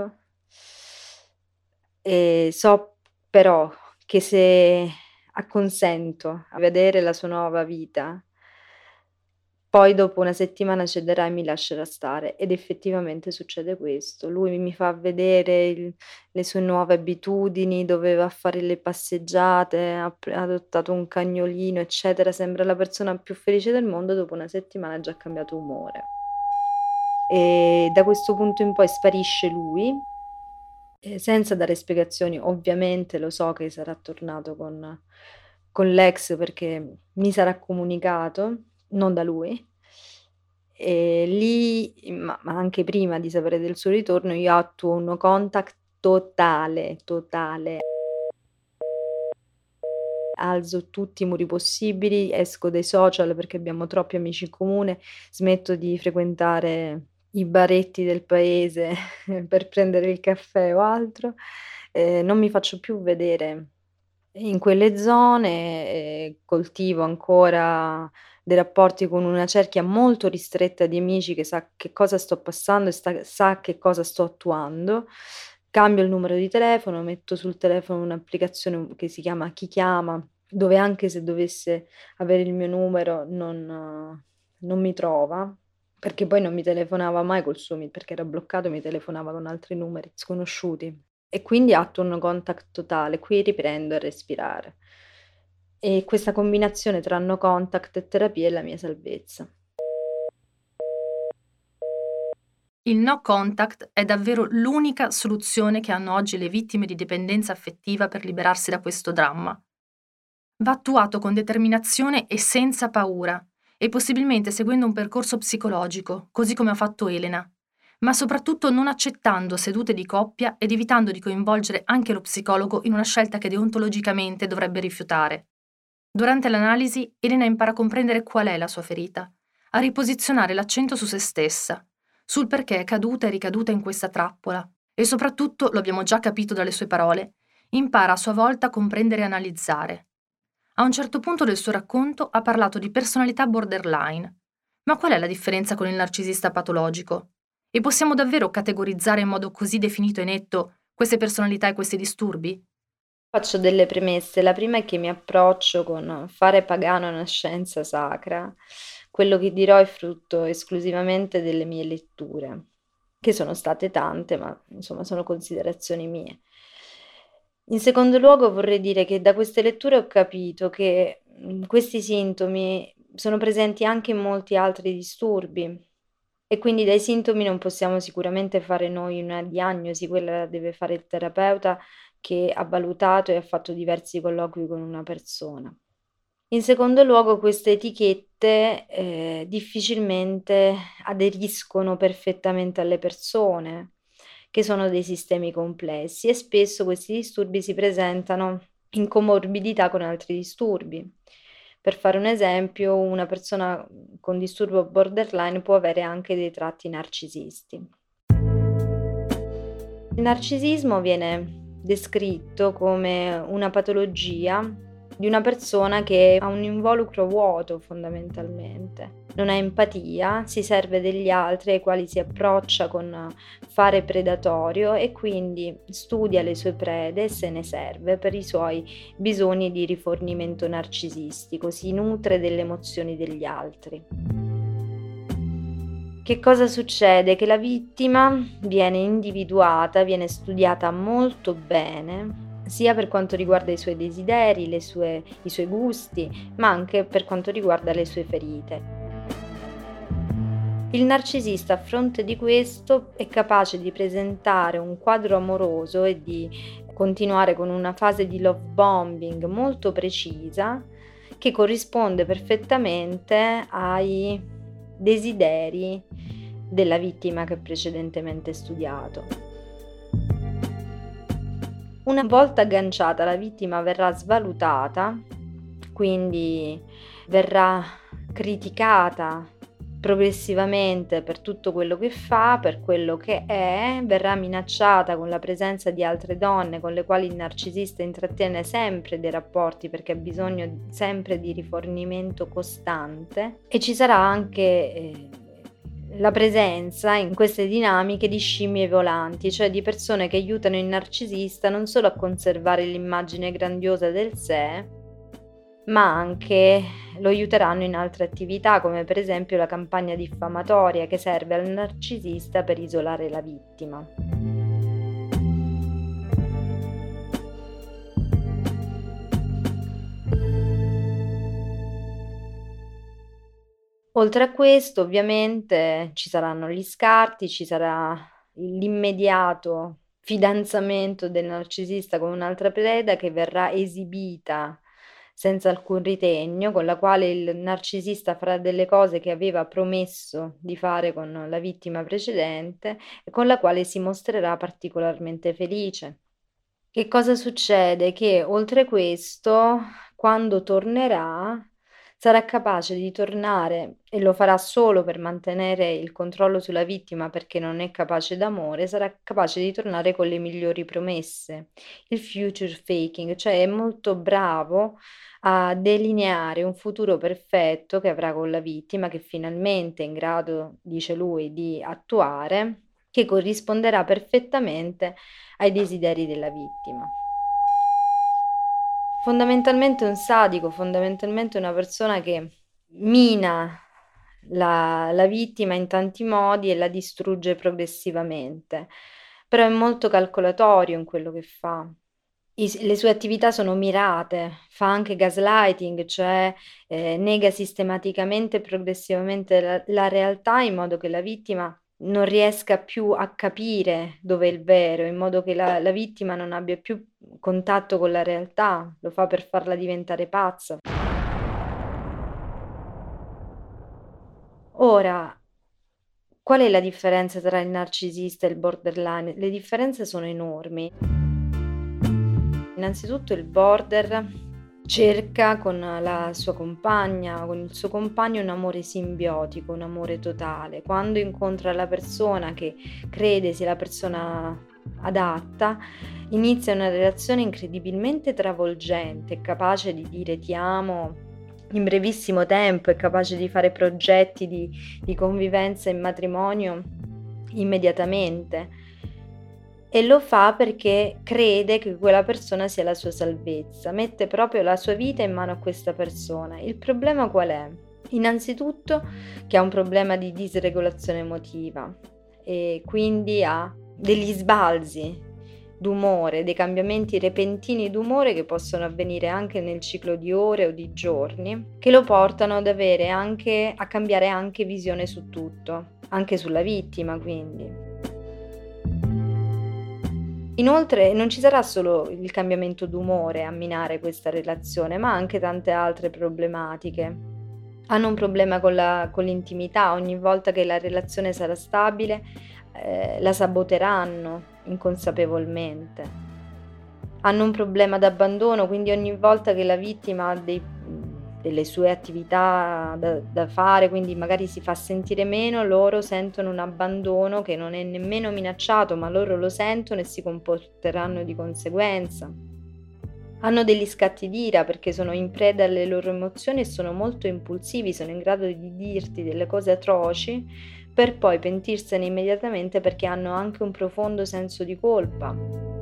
so però che se acconsento a vedere la sua nuova vita, poi dopo 1 settimana cederà e mi lascerà stare, ed effettivamente succede questo. Lui mi fa vedere le sue nuove abitudini, dove va a fare le passeggiate, ha adottato un cagnolino, eccetera, sembra la persona più felice del mondo, dopo 1 settimana ha già cambiato umore. Da questo punto in poi sparisce lui, senza dare spiegazioni. Ovviamente lo so che sarà tornato con l'ex perché mi sarà comunicato, non da lui. Lì, ma anche prima di sapere del suo ritorno, io attuo un no contact totale, totale. Alzo tutti i muri possibili, esco dai social perché abbiamo troppi amici in comune, smetto di frequentare i baretti del paese per prendere il caffè o altro, non mi faccio più vedere in quelle zone, coltivo ancora dei rapporti con una cerchia molto ristretta di amici che sa che cosa sto passando e sa che cosa sto attuando. Cambio il numero di telefono, metto sul telefono un'applicazione che si chiama Chi chiama, dove anche se dovesse avere il mio numero non mi trova, perché poi non mi telefonava mai col suo perché era bloccato, mi telefonava con altri numeri sconosciuti. E quindi attuo un no contact totale, qui riprendo a respirare. E questa combinazione tra no contact e terapia è la mia salvezza. Il no contact è davvero l'unica soluzione che hanno oggi le vittime di dipendenza affettiva per liberarsi da questo dramma. Va attuato con determinazione e senza paura, e possibilmente seguendo un percorso psicologico, così come ha fatto Elena, ma soprattutto non accettando sedute di coppia ed evitando di coinvolgere anche lo psicologo in una scelta che deontologicamente dovrebbe rifiutare. Durante l'analisi, Elena impara a comprendere qual è la sua ferita a riposizionare l'accento su se stessa, sul perché è caduta e ricaduta in questa trappola e soprattutto, lo abbiamo già capito dalle sue parole, impara a sua volta a comprendere e analizzare. A un certo punto del suo racconto ha parlato di personalità borderline. Ma qual è la differenza con il narcisista patologico? E possiamo davvero categorizzare in modo così definito e netto queste personalità e questi disturbi? Faccio delle premesse. La prima è che mi approccio con fare pagano una scienza sacra. Quello che dirò è frutto esclusivamente delle mie letture, che sono state tante, ma insomma sono considerazioni mie. In secondo luogo vorrei dire che da queste letture ho capito che questi sintomi sono presenti anche in molti altri disturbi e quindi dai sintomi non possiamo sicuramente fare noi una diagnosi, quella la deve fare il terapeuta che ha valutato e ha fatto diversi colloqui con una persona. In secondo luogo queste etichette, difficilmente aderiscono perfettamente alle persone, che sono dei sistemi complessi e spesso questi disturbi si presentano in comorbidità con altri disturbi. Per fare un esempio, una persona con disturbo borderline può avere anche dei tratti narcisisti. Il narcisismo viene descritto come una patologia di una persona che ha un involucro vuoto fondamentalmente. Non ha empatia, si serve degli altri ai quali si approccia con fare predatorio e quindi studia le sue prede e se ne serve per i suoi bisogni di rifornimento narcisistico, si nutre delle emozioni degli altri. Che cosa succede? Che la vittima viene individuata, viene studiata molto bene, sia per quanto riguarda i suoi desideri, i suoi gusti, ma anche per quanto riguarda le sue ferite. Il narcisista a fronte di questo è capace di presentare un quadro amoroso e di continuare con una fase di love bombing molto precisa che corrisponde perfettamente ai desideri della vittima che precedentemente studiato. Una volta agganciata, la vittima verrà svalutata, quindi verrà criticata progressivamente per tutto quello che fa, per quello che è, verrà minacciata con la presenza di altre donne con le quali il narcisista intrattiene sempre dei rapporti perché ha bisogno sempre di rifornimento costante e ci sarà anche la presenza in queste dinamiche di scimmie volanti, cioè di persone che aiutano il narcisista non solo a conservare l'immagine grandiosa del sé, ma anche lo aiuteranno in altre attività, come per esempio la campagna diffamatoria che serve al narcisista per isolare la vittima. Oltre a questo, ovviamente, ci saranno gli scarti, ci sarà l'immediato fidanzamento del narcisista con un'altra preda che verrà esibita senza alcun ritegno, con la quale il narcisista farà delle cose che aveva promesso di fare con la vittima precedente e con la quale si mostrerà particolarmente felice. Che cosa succede? Che oltre questo, quando tornerà, sarà capace di tornare e lo farà solo per mantenere il controllo sulla vittima perché non è capace d'amore, sarà capace di tornare con le migliori promesse, il future faking, cioè è molto bravo a delineare un futuro perfetto che avrà con la vittima, che finalmente è in grado, dice lui, di attuare, che corrisponderà perfettamente ai desideri della vittima. Fondamentalmente un sadico, fondamentalmente una persona che mina la vittima in tanti modi e la distrugge progressivamente, però è molto calcolatorio in quello che fa. Le sue attività sono mirate, fa anche gaslighting, cioè nega sistematicamente e progressivamente la realtà in modo che la vittima non riesca più a capire dove è il vero, in modo che la vittima non abbia più contatto con la realtà, lo fa per farla diventare pazza. Ora, qual è la differenza tra il narcisista e il borderline? Le differenze sono enormi. Innanzitutto il border Cerca con la sua compagna, con il suo compagno un amore simbiotico, un amore totale. Quando incontra la persona che crede sia la persona adatta, inizia una relazione incredibilmente travolgente, capace di dire ti amo in brevissimo tempo, è capace di fare progetti di convivenza in matrimonio immediatamente. E lo fa perché crede che quella persona sia la sua salvezza, mette proprio la sua vita in mano a questa persona. Il problema qual è? Innanzitutto che ha un problema di disregolazione emotiva e quindi ha degli sbalzi d'umore, dei cambiamenti repentini d'umore che possono avvenire anche nel ciclo di ore o di giorni, che lo portano ad avere anche a cambiare anche visione su tutto, anche sulla vittima quindi. Inoltre non ci sarà solo il cambiamento d'umore a minare questa relazione, ma anche tante altre problematiche. Hanno un problema con l'intimità, ogni volta che la relazione sarà stabile, la saboteranno inconsapevolmente. Hanno un problema d'abbandono, quindi ogni volta che la vittima ha delle sue attività da fare, quindi magari si fa sentire meno, loro sentono un abbandono che non è nemmeno minacciato, ma loro lo sentono e si comporteranno di conseguenza. Hanno degli scatti d'ira perché sono in preda alle loro emozioni e sono molto impulsivi, sono in grado di dirti delle cose atroci per poi pentirsene immediatamente perché hanno anche un profondo senso di colpa.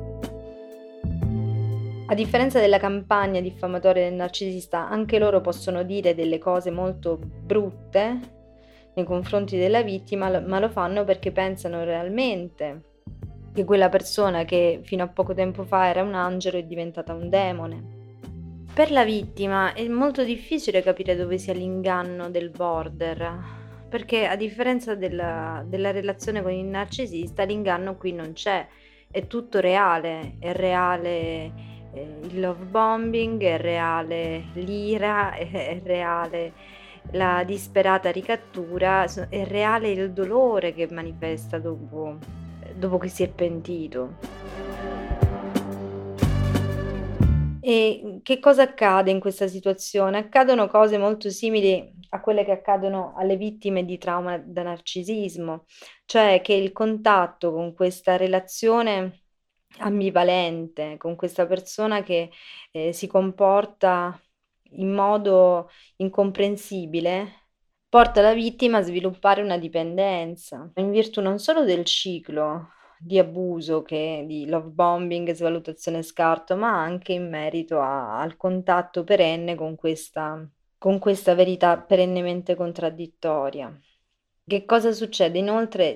A differenza della campagna diffamatoria del narcisista, anche loro possono dire delle cose molto brutte nei confronti della vittima, ma lo fanno perché pensano realmente che quella persona che fino a poco tempo fa era un angelo è diventata un demone. Per la vittima è molto difficile capire dove sia l'inganno del border, perché a differenza della relazione con il narcisista, l'inganno qui non c'è, è tutto reale, è reale il love bombing, è reale l'ira, è reale la disperata ricattura, è reale il dolore che manifesta dopo che si è pentito. E, che cosa accade in questa situazione? Accadono cose molto simili a quelle che accadono alle vittime di trauma da narcisismo, cioè che il contatto con questa relazione ambivalente, con questa persona che, si comporta in modo incomprensibile, porta la vittima a sviluppare una dipendenza, in virtù non solo del ciclo di abuso di love bombing, svalutazione e scarto, ma anche in merito al contatto perenne con questa verità perennemente contraddittoria. Che cosa succede? Inoltre,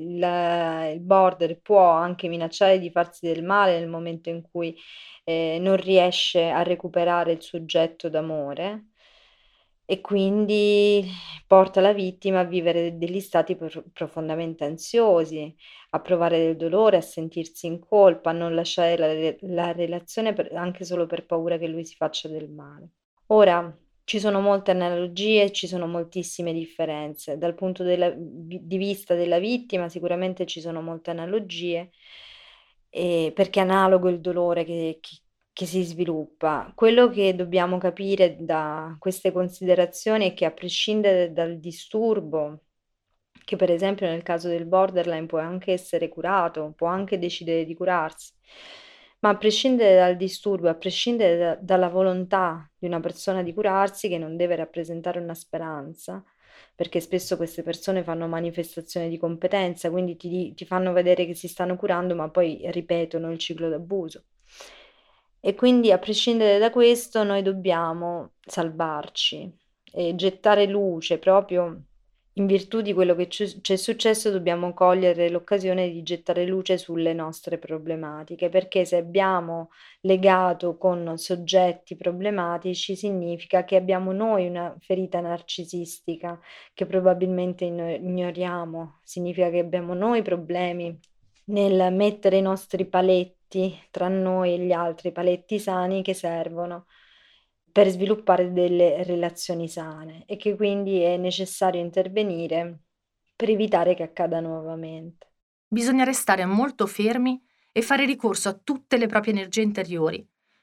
il border può anche minacciare di farsi del male nel momento in cui non riesce a recuperare il suo oggetto d'amore e quindi porta la vittima a vivere degli stati profondamente ansiosi, a provare del dolore, a sentirsi in colpa, a non lasciare la relazione anche solo per paura che lui si faccia del male. Ora, ci sono molte analogie, ci sono moltissime differenze. Dal punto di vista della vittima sicuramente ci sono molte analogie, perché è analogo il dolore che si sviluppa. Quello che dobbiamo capire da queste considerazioni è che a prescindere dal disturbo, che per esempio nel caso del borderline può anche essere curato, può anche decidere di curarsi, ma a prescindere dal disturbo, a prescindere dalla volontà di una persona di curarsi, che non deve rappresentare una speranza, perché spesso queste persone fanno manifestazione di competenza, quindi ti fanno vedere che si stanno curando, ma poi ripetono il ciclo d'abuso. E quindi a prescindere da questo noi dobbiamo salvarci e gettare luce proprio in virtù di quello che c'è successo, dobbiamo cogliere l'occasione di gettare luce sulle nostre problematiche, perché se abbiamo legato con soggetti problematici significa che abbiamo noi una ferita narcisistica che probabilmente ignoriamo, significa che abbiamo noi problemi nel mettere i nostri paletti tra noi e gli altri, paletti sani che servono per sviluppare delle relazioni sane e che quindi è necessario intervenire per evitare che accada nuovamente. Bisogna restare molto fermi e fare ricorso a tutte le proprie energie interiori,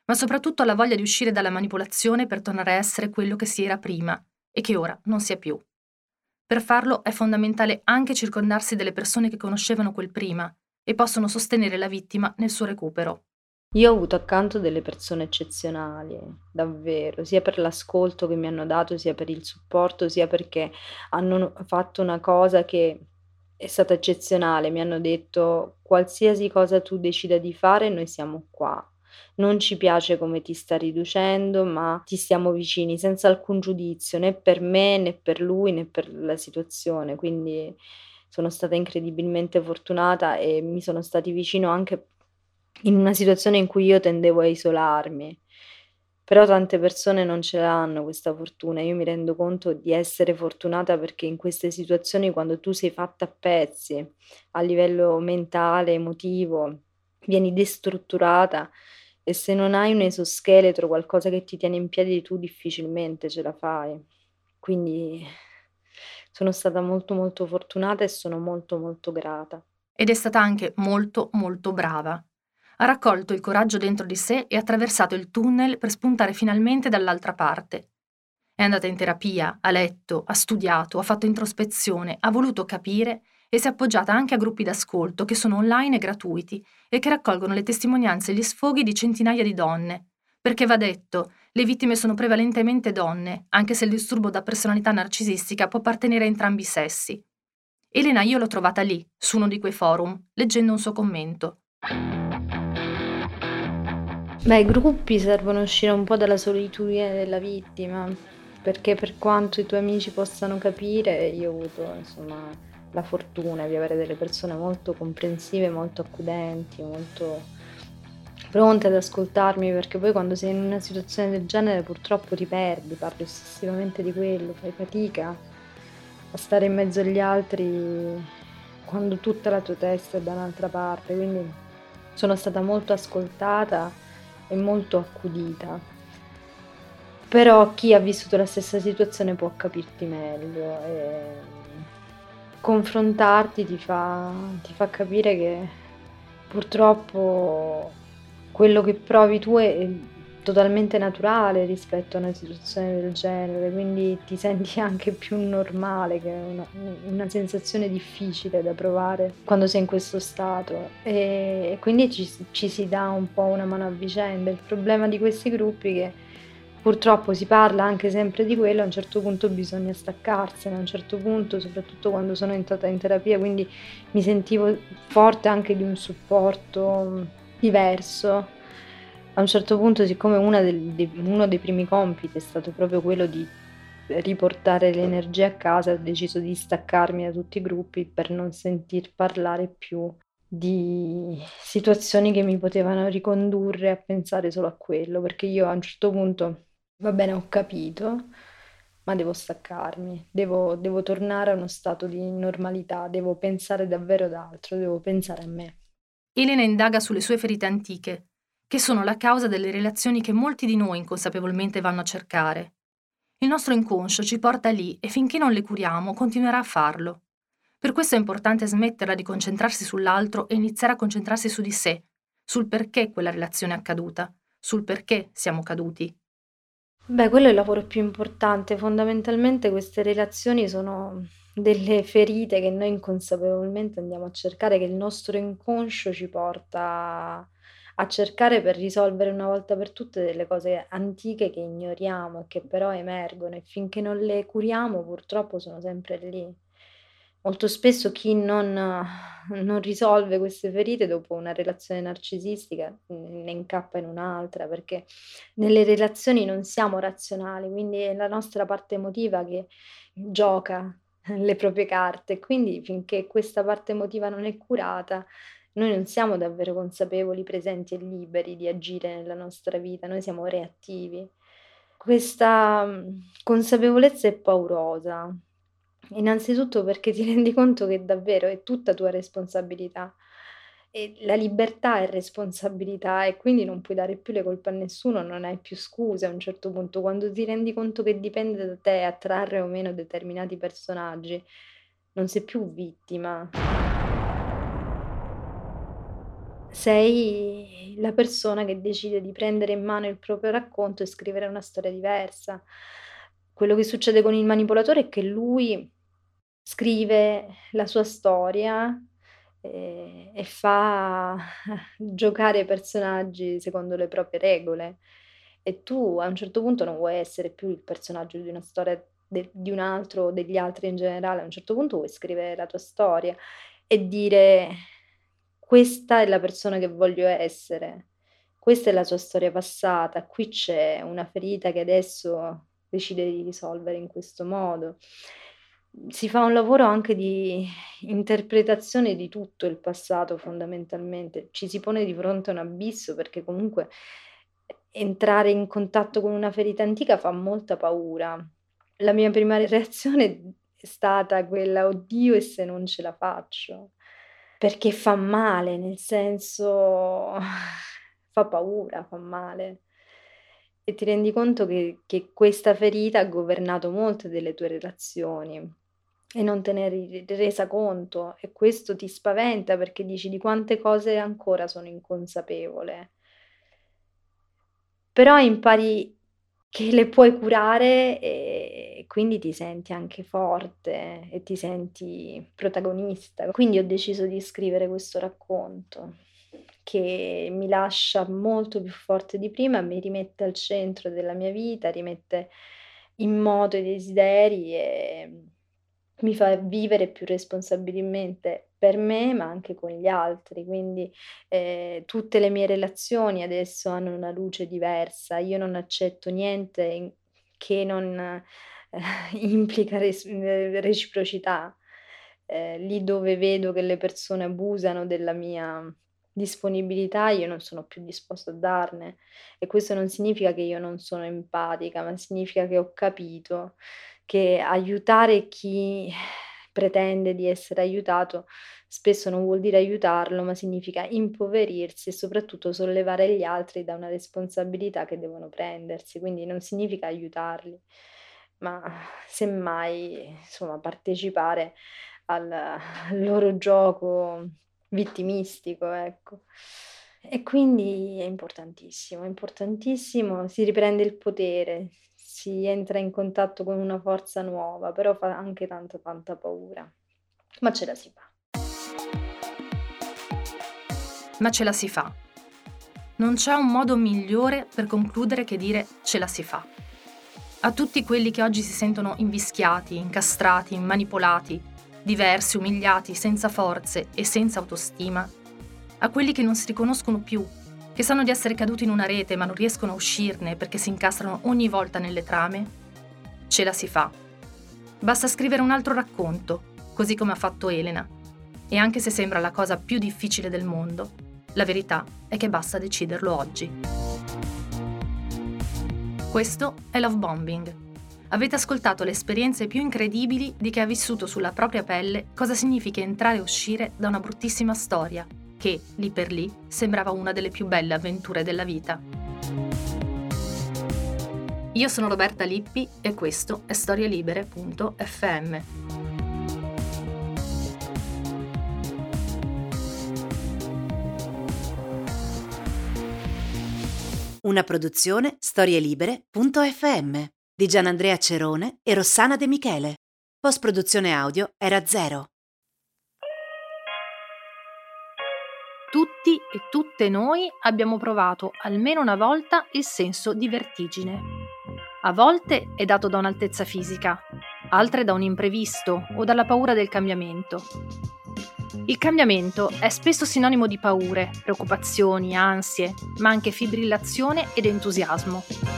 ma soprattutto alla voglia di uscire dalla manipolazione per tornare a essere quello che si era prima e che ora non si è più. Per farlo è fondamentale anche circondarsi delle persone che conoscevano quel prima e possono sostenere la vittima nel suo recupero. Io ho avuto accanto delle persone eccezionali, davvero, sia per l'ascolto che mi hanno dato, sia per il supporto, sia perché hanno fatto una cosa che è stata eccezionale. Mi hanno detto: "Qualsiasi cosa tu decida di fare, noi siamo qua. Non ci piace come ti sta riducendo, ma ti stiamo vicini senza alcun giudizio, né per me, né per lui, né per la situazione". Quindi sono stata incredibilmente fortunata e mi sono stati vicino anche in una situazione in cui io tendevo a isolarmi. Però tante persone non ce l'hanno questa fortuna. Io mi rendo conto di essere fortunata perché in queste situazioni, quando tu sei fatta a pezzi a livello mentale, emotivo, vieni destrutturata e se non hai un esoscheletro, qualcosa che ti tiene in piedi, tu difficilmente ce la fai. Quindi sono stata molto, molto fortunata e sono molto, molto grata. Ed è stata anche molto, molto brava. Ha raccolto il coraggio dentro di sé e ha attraversato il tunnel per spuntare finalmente dall'altra parte. È andata in terapia, ha letto, ha studiato, ha fatto introspezione, ha voluto capire e si è appoggiata anche a gruppi d'ascolto che sono online e gratuiti e che raccolgono le testimonianze e gli sfoghi di centinaia di donne. Perché va detto, le vittime sono prevalentemente donne, anche se il disturbo da personalità narcisistica può appartenere a entrambi i sessi. Elena io l'ho trovata lì, su uno di quei forum, leggendo un suo commento. Beh, i gruppi servono a uscire un po' dalla solitudine della vittima, perché per quanto i tuoi amici possano capire, io ho avuto, insomma, la fortuna di avere delle persone molto comprensive, molto accudenti, molto pronte ad ascoltarmi, perché poi quando sei in una situazione del genere purtroppo ti perdi, parli ossessivamente di quello, fai fatica a stare in mezzo agli altri quando tutta la tua testa è da un'altra parte, quindi sono stata molto ascoltata e molto accudita. Però chi ha vissuto la stessa situazione può capirti meglio, confrontarti ti fa capire che purtroppo quello che provi tu è totalmente naturale rispetto a una situazione del genere, quindi ti senti anche più normale, che è una sensazione difficile da provare quando sei in questo stato, e quindi ci si dà un po' una mano a vicenda. Il problema di questi gruppi è che purtroppo si parla anche sempre di quello, a un certo punto bisogna staccarsene, a un certo punto, soprattutto quando sono entrata in terapia, quindi mi sentivo forte anche di un supporto diverso. A un certo punto, siccome uno dei primi compiti è stato proprio quello di riportare le energie a casa, ho deciso di staccarmi da tutti i gruppi per non sentir parlare più di situazioni che mi potevano ricondurre a pensare solo a quello, perché io a un certo punto, va bene, ho capito, ma devo staccarmi, devo tornare a uno stato di normalità, devo pensare davvero ad altro, devo pensare a me. Elena indaga sulle sue ferite antiche, che sono la causa delle relazioni che molti di noi inconsapevolmente vanno a cercare. Il nostro inconscio ci porta lì e finché non le curiamo continuerà a farlo. Per questo è importante smetterla di concentrarsi sull'altro e iniziare a concentrarsi su di sé, sul perché quella relazione è accaduta, sul perché siamo caduti. Beh, quello è il lavoro più importante. Fondamentalmente queste relazioni sono delle ferite che noi inconsapevolmente andiamo a cercare, che il nostro inconscio ci porta a cercare per risolvere una volta per tutte delle cose antiche che ignoriamo e che però emergono e finché non le curiamo purtroppo sono sempre lì. Molto spesso chi non risolve queste ferite dopo una relazione narcisistica, ne incappa in un'altra, perché nelle relazioni non siamo razionali, quindi è la nostra parte emotiva che gioca le proprie carte, quindi finché questa parte emotiva non è curata, noi non siamo davvero consapevoli, presenti e liberi di agire nella nostra vita, noi siamo reattivi. Questa, consapevolezza è paurosa. Innanzitutto perché ti rendi conto che davvero è tutta tua responsabilità. E la libertà è responsabilità e quindi non puoi dare più le colpe a nessuno, non hai più scuse a un certo punto. Quando ti rendi conto che dipende da te attrarre o meno determinati personaggi, non sei più vittima. sei la persona che decide di prendere in mano il proprio racconto e scrivere una storia diversa. Quello che succede con il manipolatore è che lui scrive la sua storia, e fa giocare i personaggi secondo le proprie regole. E tu a un certo punto non vuoi essere più il personaggio di una storia di un altro o degli altri in generale, a un certo punto vuoi scrivere la tua storia e dire: "Questa è la persona che voglio essere, questa è la sua storia passata, qui c'è una ferita che adesso decide di risolvere in questo modo". Si fa un lavoro anche di interpretazione di tutto il passato fondamentalmente. Ci si pone di fronte a un abisso perché comunque entrare in contatto con una ferita antica fa molta paura. La mia prima reazione è stata quella: "Oddio, e se non ce la faccio?" Perché fa male, nel senso fa paura, fa male. E ti rendi conto che questa ferita ha governato molte delle tue relazioni e non te ne eri resa conto e questo ti spaventa perché dici: "Di quante cose ancora sono inconsapevole". Però impari che le puoi curare e quindi ti senti anche forte e ti senti protagonista. Quindi ho deciso di scrivere questo racconto che mi lascia molto più forte di prima, mi rimette al centro della mia vita, rimette in moto i desideri e mi fa vivere più responsabilmente per me, ma anche con gli altri. Quindi tutte le mie relazioni adesso hanno una luce diversa. Io non accetto niente che non, implica reciprocità. Lì dove vedo che le persone abusano della mia disponibilità, io non sono più disposta a darne. E questo non significa che io non sono empatica, ma significa che ho capito che aiutare chi pretende di essere aiutato spesso non vuol dire aiutarlo, ma significa impoverirsi e soprattutto sollevare gli altri da una responsabilità che devono prendersi, quindi non significa aiutarli, ma semmai, insomma, partecipare al loro gioco vittimistico, ecco. E quindi è importantissimo, si riprende il potere, si entra in contatto con una forza nuova, però fa anche tanta, tanta paura. Ma ce la si fa. Ma ce la si fa. Non c'è un modo migliore per concludere che dire ce la si fa. A tutti quelli che oggi si sentono invischiati, incastrati, manipolati, diversi, umiliati, senza forze e senza autostima, a quelli che non si riconoscono più, che sanno di essere caduti in una rete ma non riescono a uscirne perché si incastrano ogni volta nelle trame, ce la si fa. Basta scrivere un altro racconto, così come ha fatto Elena. E anche se sembra la cosa più difficile del mondo, la verità è che basta deciderlo oggi. Questo è Love Bombing. Avete ascoltato le esperienze più incredibili di chi ha vissuto sulla propria pelle cosa significa entrare e uscire da una bruttissima storia, che, lì per lì, sembrava una delle più belle avventure della vita. Io sono Roberta Lippi e questo è storielibere.fm. Una produzione storielibere.fm di Gianandrea Cerone e Rossana De Michele. Post-produzione audio era Zero. Tutti e tutte noi abbiamo provato almeno una volta il senso di vertigine. A volte è dato da un'altezza fisica, altre da un imprevisto o dalla paura del cambiamento. Il cambiamento è spesso sinonimo di paure, preoccupazioni, ansie, ma anche fibrillazione ed entusiasmo.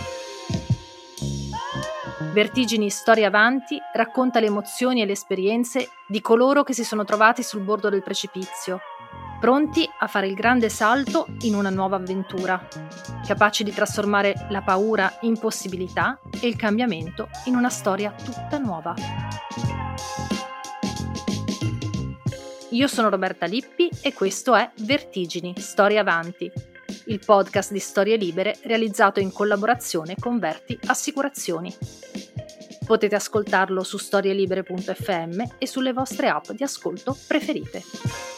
Vertigini Storia Avanti racconta le emozioni e le esperienze di coloro che si sono trovati sul bordo del precipizio, pronti a fare il grande salto in una nuova avventura, capaci di trasformare la paura in possibilità e il cambiamento in una storia tutta nuova. Io sono Roberta Lippi e questo è Vertigini, Storia Avanti, il podcast di storie libere realizzato in collaborazione con Verti Assicurazioni. Potete ascoltarlo su storielibere.fm e sulle vostre app di ascolto preferite.